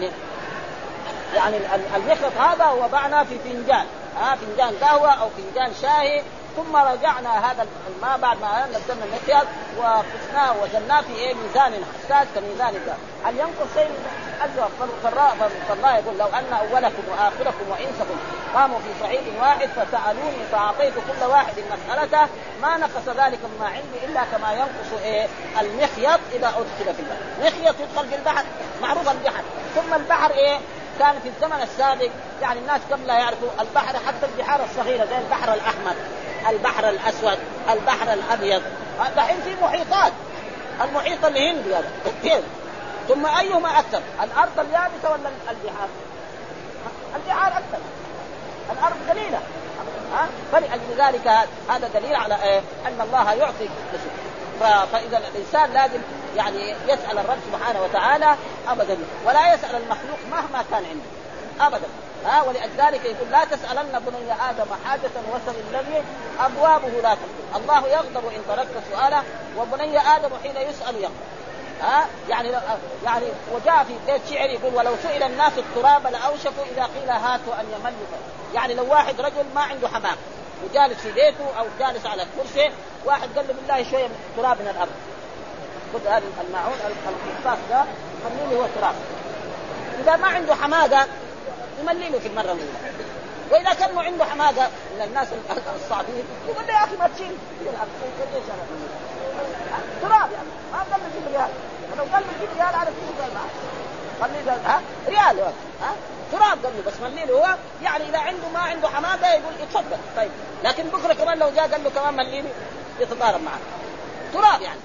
يعني المخيط هذا ووضعنا في فنجان، فنجان قهوة أو فنجان شاي، ثم رجعنا هذا الماء بعد ما نزلنا المخيط وقسناه وزناه في ميزان حساس كميزان الذهب، هل ينقص شيء؟ الجواب فالله يقول: لو أن أولكم وآخركم وإنسكم قاموا في صعيد واحد فسألوني فأعطيت كل واحد مسألته ما نقص ذلك مما عندي إلا كما ينقص المخيط إذا أدخل في البحر. مخيط يدخل في البحر، معروف البحر. ثم البحر كان في الزمن السابق يعني الناس قبل لا يعرفوا البحر، حتى البحار الصغيرة زي البحر الأحمر، البحر الأسود، البحر الأبيض، دحين في محيطات، المحيط الهندي هذا كثير. ثم أيهما أكثر، الأرض اليابسة ولا البحار؟ البحار أكثر، الأرض قليلة. فلذلك هذا دليل على أن الله يعطي. فإذا الإنسان لازم يعني يسأل الرب سبحانه وتعالى أبدا، ولا يسأل المخلوق مهما كان عنده أبدا. ولذلك يقول: لا تسألن بني آدم حاجة وسل الذي أبوابه لا تفتح. الله يغضب إن تركت سؤاله، وبني آدم حين يسأل يغضب. يعني وجاء في بيت شعر يقول: ولو سئل الناس التراب لأوشكوا إذا قيل هاتوا أن يملوا. يعني لو واحد رجل ما عنده حمام وجالس في بيته أو جالس على الكرسي، واحد قال له: بالله شوية تراب من الأرض، خذ هذا الماعون القصاص ده خليه هو تراب. إذا ما عنده حماقة يملله في المرة الأولى. وإذا كان عنده حماقة من الناس الصعبين يقول له: يا أخي ما تشيل تراب، يعني ما قال له جيب ريال، ولو قال له جيب ريال على كيف قال معه ريال تراب، قال له بس مليله هو. يعني إذا عنده ما عنده حماقة يقول يتفضل. طيب لكن بكرة كمان لو جاء قال له كمان مليله يتضارب معه تراب، يعني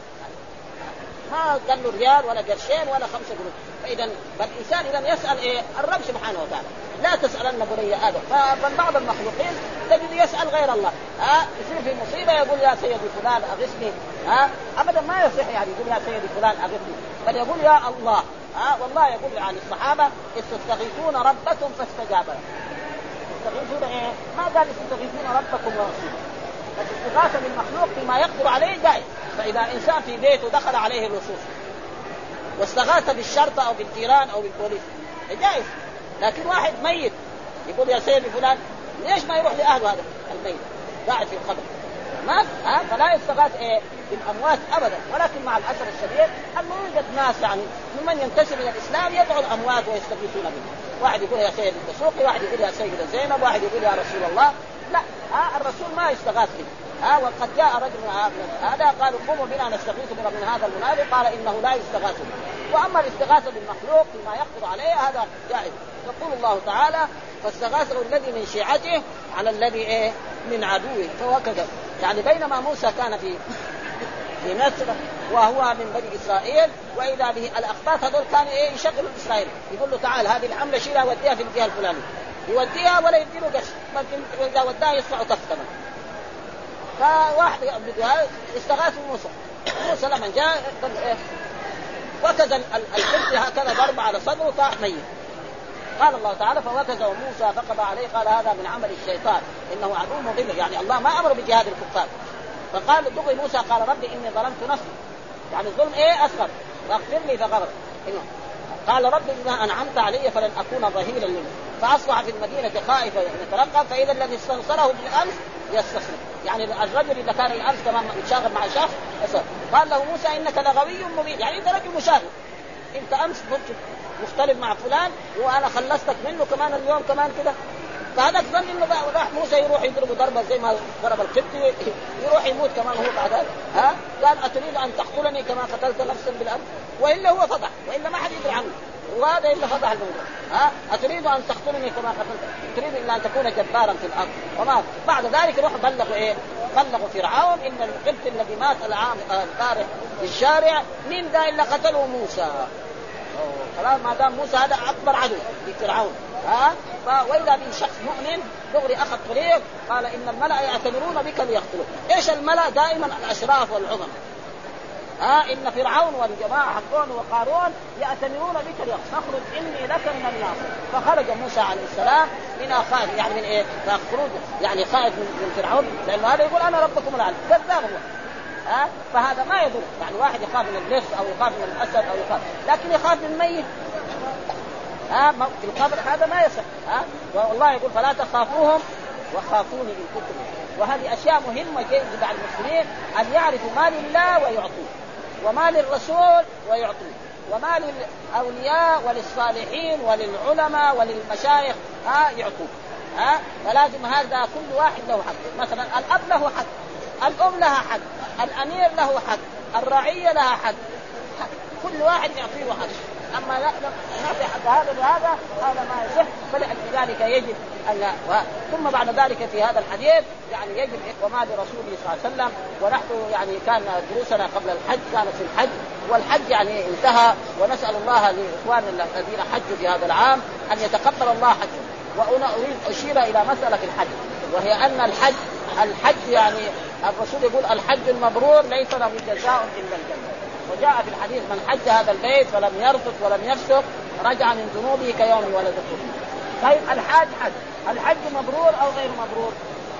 ما قال له ريال ولا قرشين ولا 5 قروش. فإذا فالإنسان إذا يسأل الرب سبحانه وتعالى. لا تسألن بني آدم. فبعض المخلوقين تجد يسأل غير الله، يصير في مصيبة يقول: يا سيدي فلان أغثني. أبدا ما يصح يعني يقول: يا سيدي فلان أغثني، بل يقول: يا الله. والله يقول عن الصحابة: استغيثون ربكم فاستجاب لكم. تستغيثون ما قال استغيثون ربكم ورسوله. الاستغاثة بالمخلوق فيما يقدر عليه جائز. فإذا إنسان في بيته دخل عليه اللصوص واستغاث بالشرطة أو بالجيران أو بالبوليس جائز. لكن واحد ميت يقول: يا سيدي فلان، ليش ما يروح لأهله هذا الميت قاعد في القبر؟ ما فلا يستغاث بالأموات أبدا. ولكن مع الأسف الشديد أنه يوجد ناس يعني ممن ينتسب إلى الإسلام يدعو الأموات ويستغيثون بهم. واحد يقول: يا سيد الدسوقي، واحد يقول: يا سيدة زينب، واحد يقول: يا رسول الله. لا، الرسول ما يستغاث به. وقد جاء رجل هذا قالوا: قوموا بنا نستغيث من هذا المنادي، قال: إنه لا يستغاث به. وأما الاستغاثة بالمخلوق فيما يقدر عليه هذا جائز. يقول الله تعالى: فاستغاثه الذي من شيعته على الذي من عدوه فوكذا. يعني بينما موسى كان في مصر وهو من بني إسرائيل، وإذا به الأخباط هذول كان يشغل إسرائيل، يقول له: تعال هذه الحملة شيلها وديها في الجهة الفلانية، يوديها ولا يديله قرش، ممكن إذا وداها يدفعوا كفتنا. فواحد استغاث موسى لما جاء وكذا الكرسي هكذا ضرب على صدره طاح ميت. قال الله تعالى: فوكزه موسى فقضى عليه، قال: هذا من عمل الشيطان إنه عدو مضل. يعني الله ما أمر بجهاد الكفار. فقال دغري موسى: قال: ربي إني ظلمت نفسي. يعني الظلم أصغر، فاغفر لي فغفر. قال: ربي إذا أنعمت علي فلن أكون ظهيرا له. فأصبح في المدينة خائفا يترقب، فإذا الذي استنصره بالأمس يستصرخ. يعني الرجل إذا كان الأمس كمان متشاغب مع شخص قال له موسى: إنك لغوي مبين. يعني أنت رجل مشاغب، أنت أمس كنت مختلف مع فلان وأنا خلصتك منه كمان اليوم كمان كده. فهذا ظن إنه راح موسى يروح يضرب ضربة زي ما ضرب القبطي، يروح يموت كمان هو بعد. قال: أتريد أن تقتلني كما قتلت نفسا بالأمس؟ وإلا هو فضح، وإلا ما حد يدري عنه، وهذا إلا فضح الموضوع. أتريد أن تقتلني كما قتلت؟ تريد إلا أن تكون جبارا في الأرض. وما بعد ذلك روح بلغوا فرعون إن القبط الذي مات العام البارح في الشارع من ذا إلا قتله موسى. خلاص ما دام موسى هذا أكبر عدو لفرعون. وإذا به شخص مؤمن دغري أخذ طريق، قال: إن الملأ يأتمرون بك ليقتلوك. إيش الملأ؟ دائما الأشراف والعظم. إن فرعون والجماعة حقون وقارون يأتمرون بك ليقتلوك، فاخرج إني لك من الناصرين. فخرج موسى عليه السلام من خائف، يعني من فخرج يعني خائف من فرعون، لأنه هذا يقول: أنا ربكم الأعلى. كذاب هو، فهذا ما يضر. يعني واحد يخاف من اللص أو يخاف من الأسد أو يخاف، لكن يخاف من الميت في القبر هذا ما يصح. والله يقول فلا تخافوهم وخافوني إن كنتم. وهذه أشياء مهمة جدا على المسلمين أن يعرفوا ما لله ويعطوه، وما للرسول ويعطوه، وما للأولياء وللصالحين وللعلماء وللمشايخ يعطوه. فلازم هذا كل واحد له حق. مثلا الأب له حق، الأم لها حق، الأمير له حق، الرعية لها حق، كل واحد يعطيه حق. أما لا نعطي حق هذا لهذا هذا ما يصح. فلذلك يجب أن ثم بعد ذلك في هذا الحديث يعني يجب وما لرسوله صلى الله عليه وسلم. ونحن يعني كان دروسنا قبل الحج كانت في الحج، والحج يعني انتهى، ونسأل الله لإخواننا الذين حجوا في هذا العام أن يتقبل الله حجهم. وأنا أريد أشير إلى مسألة الحج، وهي أن الحج يعني الرسول يقول الحج المبرور ليس له جزاء إلا الجنة. وجاء في الحديث من حج هذا البيت فلم يرفث ولم يفسق رجع من ذنوبه كيوم ولدته. طيب الحج مبرور أو غير مبرور؟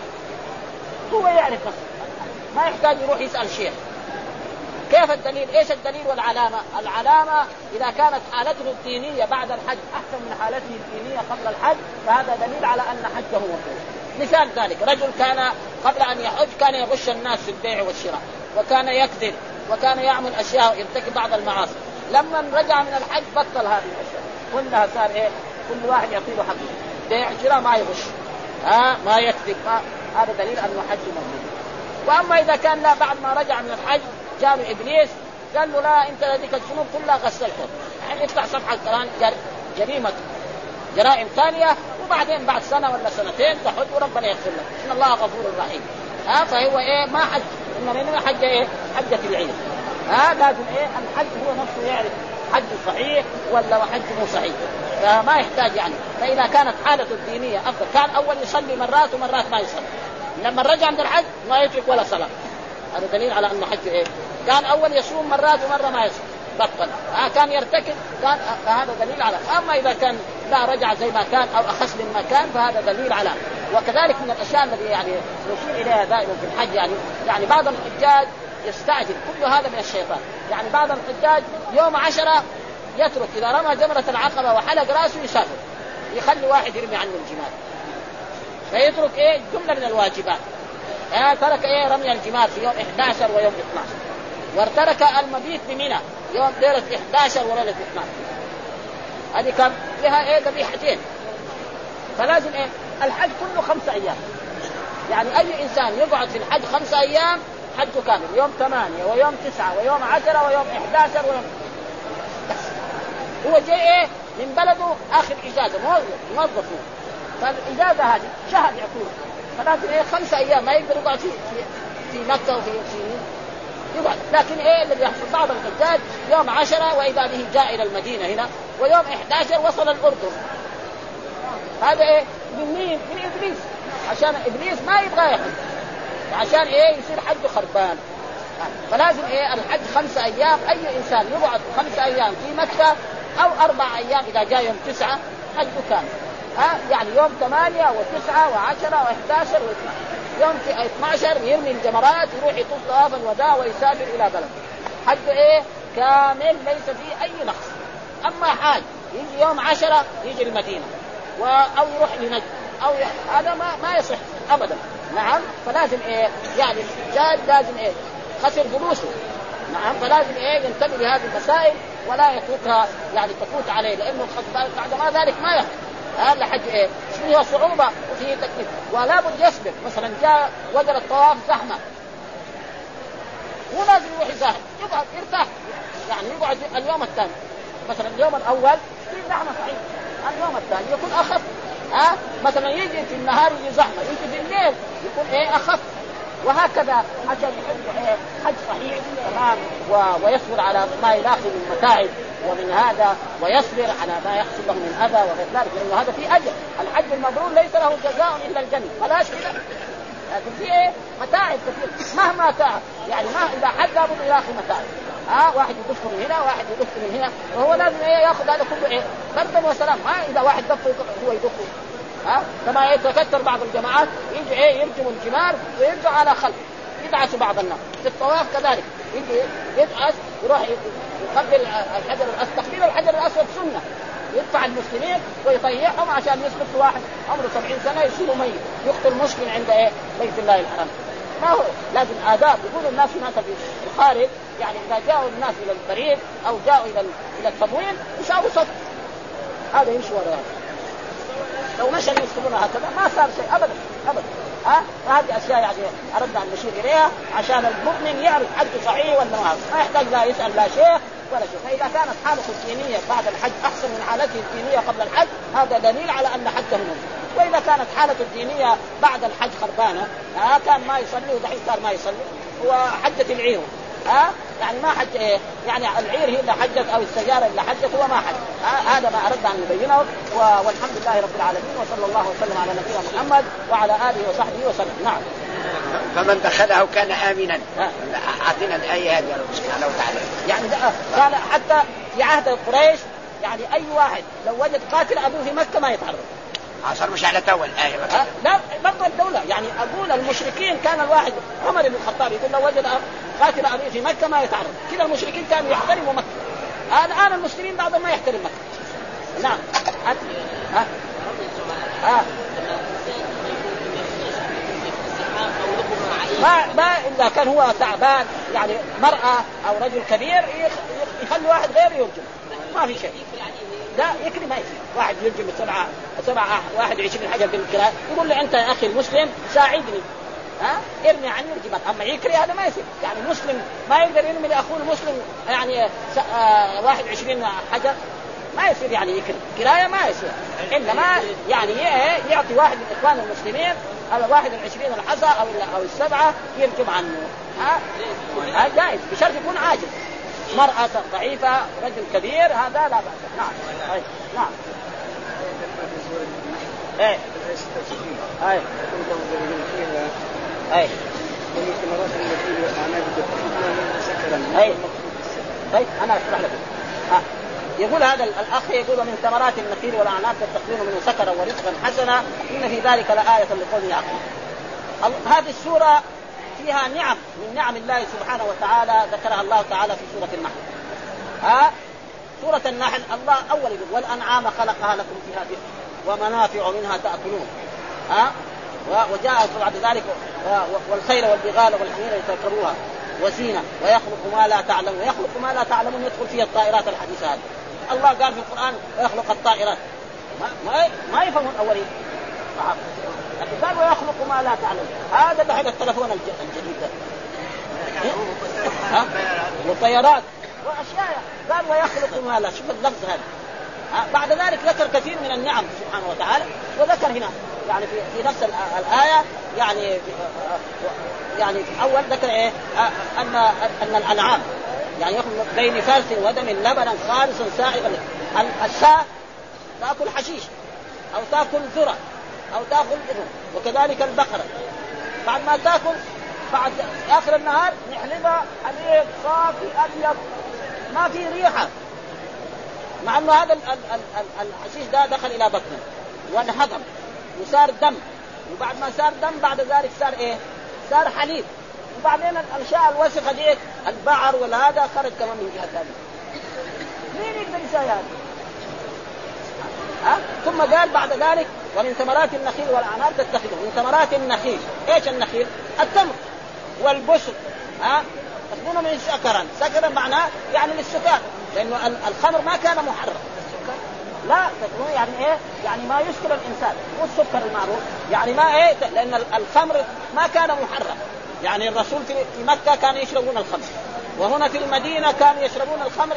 هو يعرف نفسه، ما يحتاج يروح يسأل شيخ. كيف الدليل؟ إيش الدليل والعلامة؟ العلامة إذا كانت حالته الدينية بعد الحج أحسن من حالته الدينية قبل الحج فهذا دليل على أن حجه مبرور. مثال ذلك رجل كان قبل أن يحج كان يغش الناس في البيع والشراء، وكان يكذب، وكان يعمل أشياء يرتكب بعض المعاصي. لما رجع من الحج بطل هذه الأشياء كلها، صار كل واحد يعطيه حقه، بيع شراء ما يغش، ما يكذب، هذا دليل أنه حج مبرور. وأما إذا كان لا بعد ما رجع من الحج جاء إبليس قال له لا أنت هذيك الذنوب كلها غسلتها، يعني افتح صفحة القرآن جريمة جرائم ثانية، وبعدين بعد سنة ولا سنتين تحج وربنا يغفر لك إن الله غفور رحيم. فهو ما حج، إنما حج حجة العيد. لازم الحج هو نفسه يعرف حج صحيح ولا حج مو صحيح، فما يحتاج يعني. فإذا كانت حالته الدينية أفضل، كان أول يصلي مرات ومرات ما يصلي، لما رجع من الحج ما يترك ولا صلاة، هذا دليل على أنه حج كان أول يصوم مرات ومرة ما يصوم بطل، كان يرتكب كان، فهذا دليل على. أما إذا كان لا رجع زي ما كان أو أخس مما كان فهذا دليل على. وكذلك من الأشياء التي يعني نشير إليها دائما في الحج يعني بعض الحجاج يستعجل، كل هذا من الشيطان. يعني بعض الحجاج يوم 10 يترك، إذا رمى جمرة العقبة وحلق رأسه يسافر، يخلي واحد يرمي عنه الجمال، فيترك جملة من الواجبات. ترك رمي الجمال في يوم 11 ويوم 12، وترك المبيت بمنى يوم ليلة 11 وليلة 12. هذه كان فيها ذبيحتين. فلازم الحج كله 5 أيام. يعني أي إنسان يقعد في الحج 5 أيام حجه كامل، يوم 8 ويوم 9 ويوم 10 ويوم 11 ويوم هو جاي من بلده آخر إجازة موظفه، فالإجازة هذه شهر يعطوه، فلازم 5 أيام ما يقدر يقعد في مكة وفي يقعد. لكن الذي يحصل بعض الحجاج يوم 10 وإذا به جاء إلى المدينة هنا، ويوم 11 وصل الأردن. هذا من مين؟ من إبليس، عشان إبليس ما يبغى يحج، عشان يصير حجه خربان. فلازم الحج 5 أيام. أي إنسان يقعد 5 أيام في مكة أو 4 أيام إذا جاء يوم 9 حجه كامل. يعني يوم 8 و9 و10 و11 و12، يوم 12 يرمي الجمرات، يروح يطوف طواف الوداع ويسافر إلى بلد. حج كامل ليس فيه أي نقص. أما حاج يجي يوم 10 يجي المدينة أو يروح لنجد أو هذا ما يصح أبدا. نعم، فلازم يعني الحجاج لازم خسر فلوسه. نعم، فلازم ينتبه لهذه المسائل ولا يتركها يعني تفوت عليه، لأنه بعد ما ذلك ما يحج. هذا حج فيه صعوبة وفيه تكليف، ولا بد يصبر. مثلا جاء وجد الطواف زحمة، مو لازم يروح يزاحم، يقعد يرتاح، يعني يقعد اليوم الثاني. مثلا اليوم الأول في زحمة صحيح، اليوم الثاني يكون أخف. مثلا يجي في النهار يجي زحمة، يجي في الليل يكون أخف، وهكذا عشان يحج حج صحيح تمام ويصبر على ما يلاقي من متاعب ومن هذا، ويصبر على ما يحصل له من أذى وغير ذلك، لأنه هذا في أجر. الحج المبرور ليس له جزاء إلا الجنة، فلاش كده. لكن في متاعب كثير مهما تعب، يعني ما إذا حج لابد يلاقي متاعب. واحد يدف من هنا واحد يدف من هنا، وهو لازم ياخذ هذا كله بردا وسلام. إذا واحد دفه هو يدفه. كما يتكثر بعض الجماعات يجي يرجم الجمار ويرجع على خلف، يدعس بعض الناس. في الطواف كذلك يجي يدعس يروح يقبل الحجر الأسود. تقبيل الحجر الأسود سنة، يدفع المسلمين ويطيعهم عشان يسقط واحد عمره 70 سنة يصير ميت يقتل مسلم عند بيت الله الحرام. ما هو لازم آداب. يقول الناس هناك في الخارج يعني إذا جاءوا الناس إلى البريد أو جاءوا إلى التموين يساووا صف، هذا يمشي وراء. لو مشى المسلمون هكذا ما صار شيء أبدا أبدا. فهذه أشياء يعني أردنا أن نشير إليها عشان المؤمن يعرف حجه صحيح ولا ما يحتاج لا يسأل لا شيخ ولا شيء. فإذا كانت حالته الدينية بعد الحج أحسن من حالته الدينية قبل الحج هذا دليل على أن حجه منه. وإذا كانت حالته الدينية بعد الحج خربانة كان ما يصلي ودحين صار ما يصلي وحجة العير يعني ما حج يعني العير هي اللي حجت أو السيارة اللي حجت هو ما حج. هذا ما أردنا أن نبينه. والحمد لله رب العالمين وصلى الله وسلم على نبينا محمد وعلى آله وصحبه وسلم. نعم. فمن دخله كان آمنا. أعطينا الآية هذه يا رب سبحانه وتعالى. يعني قال حتى في عهد قريش يعني أي واحد لو وجد قاتل أبوه في مكة ما يتعرض. صار مش على تو الآية لا برضو الدولة يعني أقول المشركين كان الواحد عمر بن الخطاب يقول لو وجد قاتل أبوه في مكة ما يتعرض. كذا المشركين كانوا يحترموا مكة. الآن المسلمين بعضهم ما يحترم مكة. نعم. ما إذا كان هو تعبان يعني مرأة أو رجل كبير يخلي واحد غير يرجم ما في شيء. لا يكري ما يصير واحد يرجم 21 حجر بالكراء يقول له أنت يا أخي المسلم ساعدني ارمي عني يرجمك. أما يكري هذا ما يصير. يعني المسلم ما يقدر يرمي لأخوه المسلم يعني 21 حجر ما يصير. يعني يكري كراية ما يصير. إنما يعني يعطي واحد من إخوان المسلمين 21 الحصى أو 7 يرجم عنه. جائز بشرط يكون عاجز. مرأة ضعيفة رجل كبير هذا لا بأس. نعم. نعم. ايه ايه ايه ايه انا اشرح لك. يقول هذا الاخ يقول من ثمرات النخيل والاعناب تتخذون منه سكرا ورزقا حسنا ان في ذلك لآية لقوم يعقلون. هذه السورة فيها نعم من نعم الله سبحانه وتعالى ذكرها الله تعالى في سورة النحل. سورة النحل الله أول يقول والأنعام خلقها لكم فيها دفء ومنافع منها تأكلون. وجاء بعد ذلك والخيل والبغال والحمير لتركبوها وزينة ويخلق ما لا تعلمون. ويخلق ما لا تعلمون يدخل فيها الطائرات الحديثة هذه. الله قال في القرآن ويخلق الطائرات ما يفهمون أولين. لكن قال ويخلق ما لا تعلمون. هذا بحق التلفون الجديد ده والطيارات وأشياء. قال ويخلق ما لا. شوف اللفظ هذا. بعد ذلك ذكر كثير من النعم سبحانه وتعالى وذكر هنا يعني في نفس الآية يعني في أول ذكر أن الأنعام يعني يخلق بين فرث ودم لبنا خالصا سائغا. الشاة تأكل حشيش أو تأكل ذرة أو تأكل إبن. وكذلك البقرة بعد ما تأكل بعد آخر النهار نحلبها حليب صافي أبيض ما في ريحة. مع أنه هذا الحشيش ده دخل إلى بطنه وانهضم وصار دم. وبعد ما صار دم بعد ذلك صار صار حليب. وبعدين الأشياء الوسخة دي البعر والهذا خرج كمان من جهة ثانية. مين يقدر يسوي هذا؟ ثم قال بعد ذلك ومن ثمرات النخيل والأعناب تتخذون. من ثمرات النخيل ايش النخيل؟ التمر والبسل. تأخذونه من سكرا معناه يعني للسكر لأنه الخمر ما كان محرم. لا تكون يعني يعني ما يسكر الإنسان مو السكر المعروف يعني ما لأن الخمر ما كان محرم. يعني الرسول في مكة كان يشربون الخمر وهنا في المدينة كانوا يشربون الخمر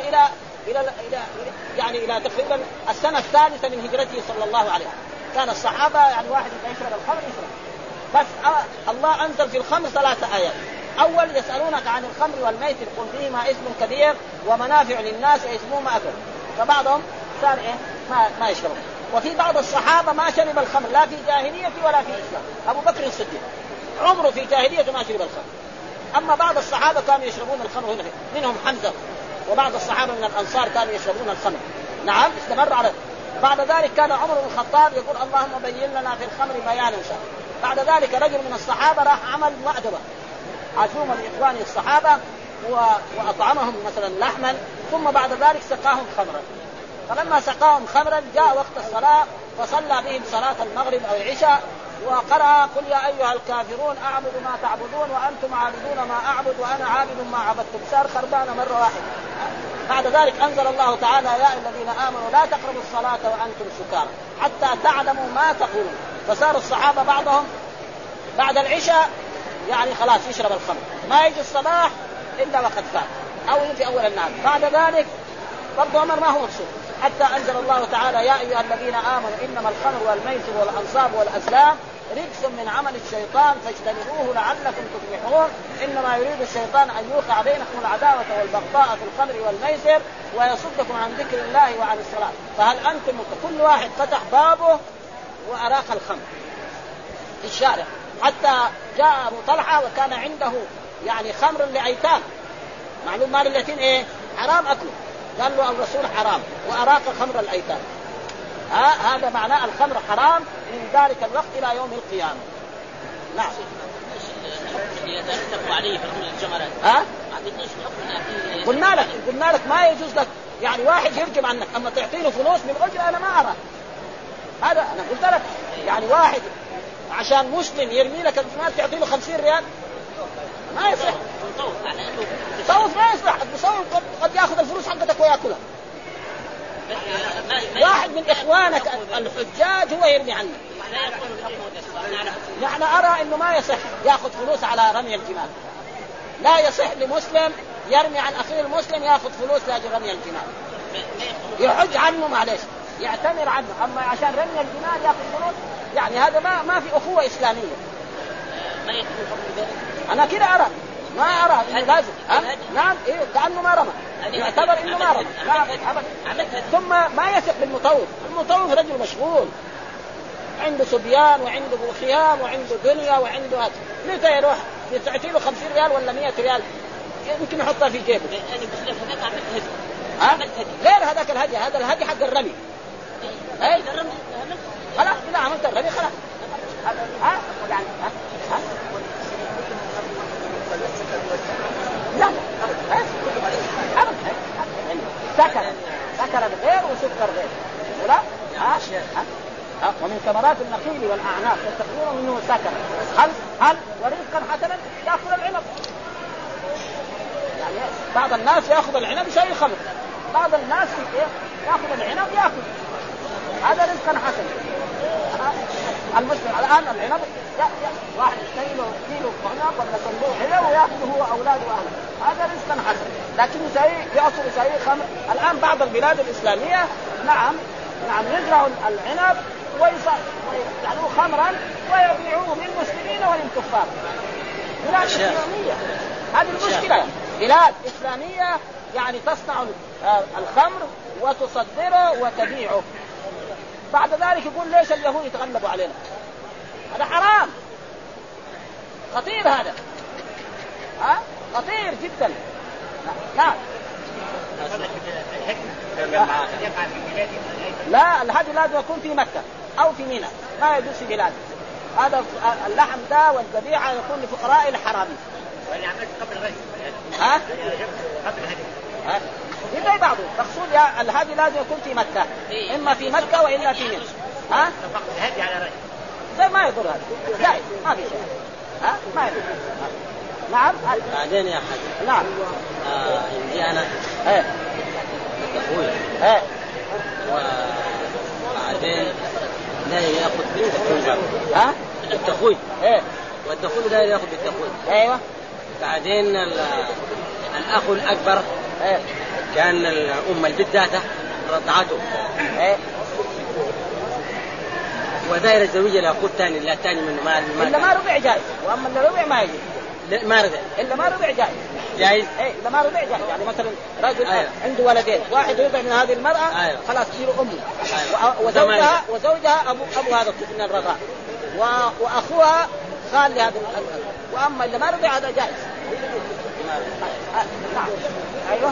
إلى تقريبا السنة الثالثة من هجرته صلى الله عليه وسلم. كان الصحابة يعني واحد يشرب الخمر يشرب. بس الله أنزل في الخمر 3 آيات. أول يسألونك عن الخمر والميسر قل فيهما اسم كبير ومنافع للناس واسمهما أكبر. فبعضهم صار ما يشرب. وفي بعض الصحابة ما شرب الخمر لا في جاهلية ولا في إسلام. أبو بكر الصديق عمره في جاهلية ما شرب الخمر. أما بعض الصحابة كانوا يشربون الخمر هنا منهم حمزة وبعض الصحابة من الأنصار كانوا يشربون الخمر. نعم استمر على. بعد ذلك كان عمر بن الخطاب يقول اللهم بين لنا في الخمر بيانا شاء. بعد ذلك رجل من الصحابة راح عمل مأدبة عزوم الإخوان الصحابة وأطعمهم مثلا لحما، ثم بعد ذلك سقاهم خمرا. فلما سقاهم خمرا جاء وقت الصلاة فصلى بهم صلاة المغرب أو العشاء وقرأ قل يا أيها الكافرون أعبد ما تعبدون وأنتم عابدون ما أعبد وأنا عابد ما عبدتم، صار خربانة مرة واحدة. بعد ذلك أنزل الله تعالى يا أيها الذين آمنوا لا تقربوا الصلاة وأنتم سكارى حتى تعلموا ما تقولون. فصار الصحابة بعضهم بعد العشاء يعني خلاص يشرب الخمر، ما يجي الصباح إلا وقد فات أو في أول النهار. بعد ذلك برضو عمر ما هو مبسوط حتى أنزل الله تعالى يا أيها الذين آمنوا إنما الخمر والميسر والأنصاب والأزلام رجس من عمل الشيطان فاجتنبوه لعلكم تفلحون إنما يريد الشيطان أن يوقع بينكم العداوة والبغضاء في الخمر والميسر ويصدكم عن ذكر الله وعن الصلاة فهل أنتم كل واحد فتح بابه وأراق الخمر في الشارع. حتى جاء أبو طلحة وكان عنده يعني خمر لأيتام، معلوم مال اليتيم إيه حرام أكله، قال له الرسول حرام وأراق خمر الأيتام. هذا معناه الخمر حرام من ذلك الوقت إلى يوم القيامة. نعم. عليه في الجمرات. قلنا لك ما يجوز لك يعني واحد يرجم عنك أما تعطيله فلوس من أجل أنا ما أرى. هذا أنا قلت لك يعني واحد عشان مسلم يرمي لك الجمال تعطيله 50 ريال ما يصح. تصوف ما يصح، التصوف قد يأخذ الفلوس حقتك ويأكلها. واحد من إخوانك الحجاج هو يرمي عنك. نحن أرى إنه ما يصح يأخذ فلوس على رمي الجمال. لا يصح لمسلم يرمي عن أخيه المسلم يأخذ فلوس لأجل رمي الجمال. يحج عنه معلش يعتمر عنه، أما عشان رمي الجمال يأخذ فلوس يعني هذا ما في أخوة إسلامية. أنا كده أرى ما أرى إنه لازم نعم إيه كأنه ما رمى يعتبر إنه ما رمى. ثم ما يثق بالمطوف. المطوف رجل مشغول عنده صبيان وعنده خيام وعنده دنيا وعنده هذا، متى يروح يعطي له 50 ريال ولا 100 ريال يمكن يحطها في جيبه. غير هذاك الهدي، هذا الهدي حق الرمي. اي الرمي خلاص إذا عملت الرمي خلاص يعني لا سكر غير وسكر غير ولا ومن ثمرات النخيل والأعناب تستخدمون منه سكر هل ورزقا حسنا يأخذ العنب. يعني بعض الناس يأخذ العنب شيء خمر، بعض الناس يأخذ العنب يأكل، هذا رزقا حسنا. المسلم الآن العنب واحد يشتري له كيلو عنب ولا صندوق حلو ويأخذه هو أولاده وأهله، هذا رزقا حسنا. لكن يأكل شيء خمر. الآن بعض البلاد الإسلامية نعم يزرعوا العنب ويجعلوه خمرا ويبيعوه للمسلمين وللكفار. بلاد إسلامية هذه المشكلة. بلاد إسلامية يعني تصنع الخمر وتصدره وتبيعه، بعد ذلك يقول ليش اليهود يتغلبوا علينا. هذا حرام خطير، هذا خطير جدا. نعم لا الهدي لازم يكون في مكة أو في منى، ما يجوز في بلاد. هذا اللحم ده والذبيحة يكون لفقراء الحرامين. وأنا عملت قبل غير قبل هدي زي بعضه مقصود يا الهدي لازم يكون في مكة، إما في مكة وإلا في منى. فقط الهدي على رأي زي ما يضر هذا جائز ما في شيء ما يضر. نعم بعدين يا حاج نعم عندي أنا التخويل وبعدين لا يأخذ بالتخويل التخويل والتخويل لا يأخذ بالتخويل. أيوة. بعدين الأخ الأكبر كان الأم الجدة رضعته ودائر الزوجية لأخوه الثاني لا الثاني منه إلا ما ربع جائز، وأما اللي ربع ما يجي ما ربع إلا ما ربع جائز إلا ما ربع جائز. يعني مثلا رجل عنده ولدين، واحد يرضع من هذه المرأة خلاص تصير أمه وزوجها أبو هذا الطفل من الرضاع وأخوها خال لهذا وأما اللي ما رضع هذا جائز. نعم أيوة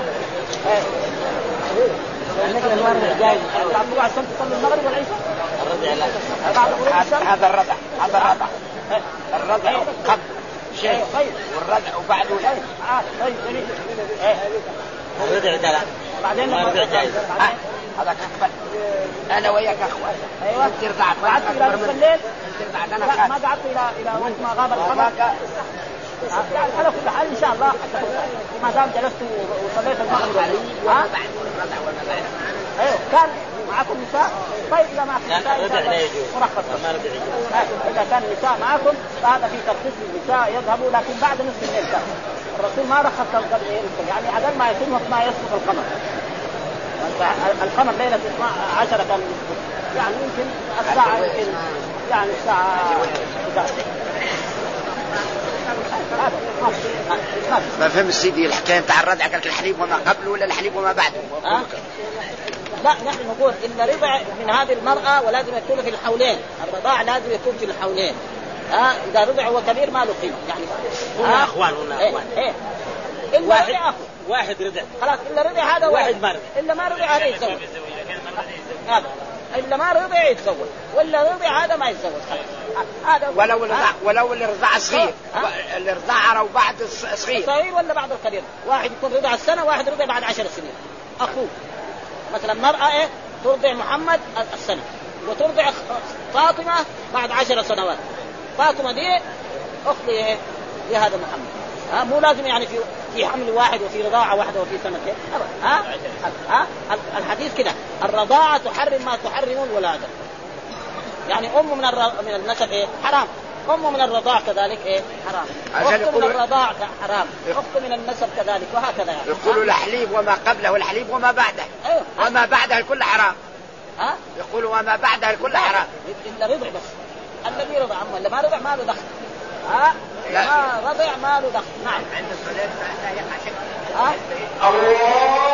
النجم المغرب جائز. عبد الله عشان تصلي المغرب والعشاء بعد غروب الشمس. هذا الرضع، هذا الرضع، الرضع قبل شيء والرضع وبعده لا. طيب جميل. الرضع ده لا. بعدين ما رضع جائز. هذا كفل. أنا وياك أخوان. أيوة. أنت رضعت. قعدت إلى نصف الليل. أنت رضعت أنا لا خالد. ما قعدت إلى وقت ما غاب القمر. يعني على كل حال إن شاء الله ما دام جلست وصليت المغرب. وما بعد الرضع وما بعد. أيوة كان معكم نساء. طيب إذا معكم نساء الرضع لا يجوز. مرخص. ما رضع يجوز. إذا كان النساء معكم فهذا في ترخيص للنساء يذهبوا لكن بعد نصف الليل كان. الرسول ما رخص قبل يعني عدل ما يتم وقت ما يسقط القمر. القمر ليلة 12 كان يعني يمكن الساعة يمكن يعني الساعة 11. ما فهم سيدي الحكاية بتاع الرضع قال الحليب وما قبله ولا الحليب وما بعده؟ لا نحن نقول إن رضع من هذه المرأة ولازم يكون في الحولين. الرضاع لازم يكون في الحولين. إذا رضع هو كبير ما له قيمة يعني. هنا أخوان هنا أخوان. إلا واحد رضع. خلاص إلا رضع هذا واحد ما رضع. إلا ما رضع هذا يتزوج. هذا إلا ما رضع يتزوج ولا رضع هذا ما يتزوج. هذا ولو الرضاع صغير. الرضاع أو بعد صغير. صغير ولا بعد الكبير. واحد يكون رضع السنة واحد رضع بعد 10 سنين. أخوه مثلا مرأة ترضع محمد السنة وترضع فاطمة بعد 10 سنوات. فاطمة دي أخت لهذا محمد. مو لازم يعني في حمل واحد وفي رضاعة واحدة وفي سنتين. الحديث كده الرضاعة تحرم ما تحرم الولادة. يعني أم من النسب حرام. أم من الرضاع كذلك حرام. أخت من الرضاع حرام. أخت من النسب كذلك وهكذا يعني. يقولوا الحليب وما قبله والحليب وما بعده. وما بعده الكل حرام. يقولوا وما بعده الكل حرام. إلا رضع بس. الذي رضع أما اللي ما رضع ما له دخل. ما رضع ما له دخل. نعم. عند الصلاة لا يقع شك. الله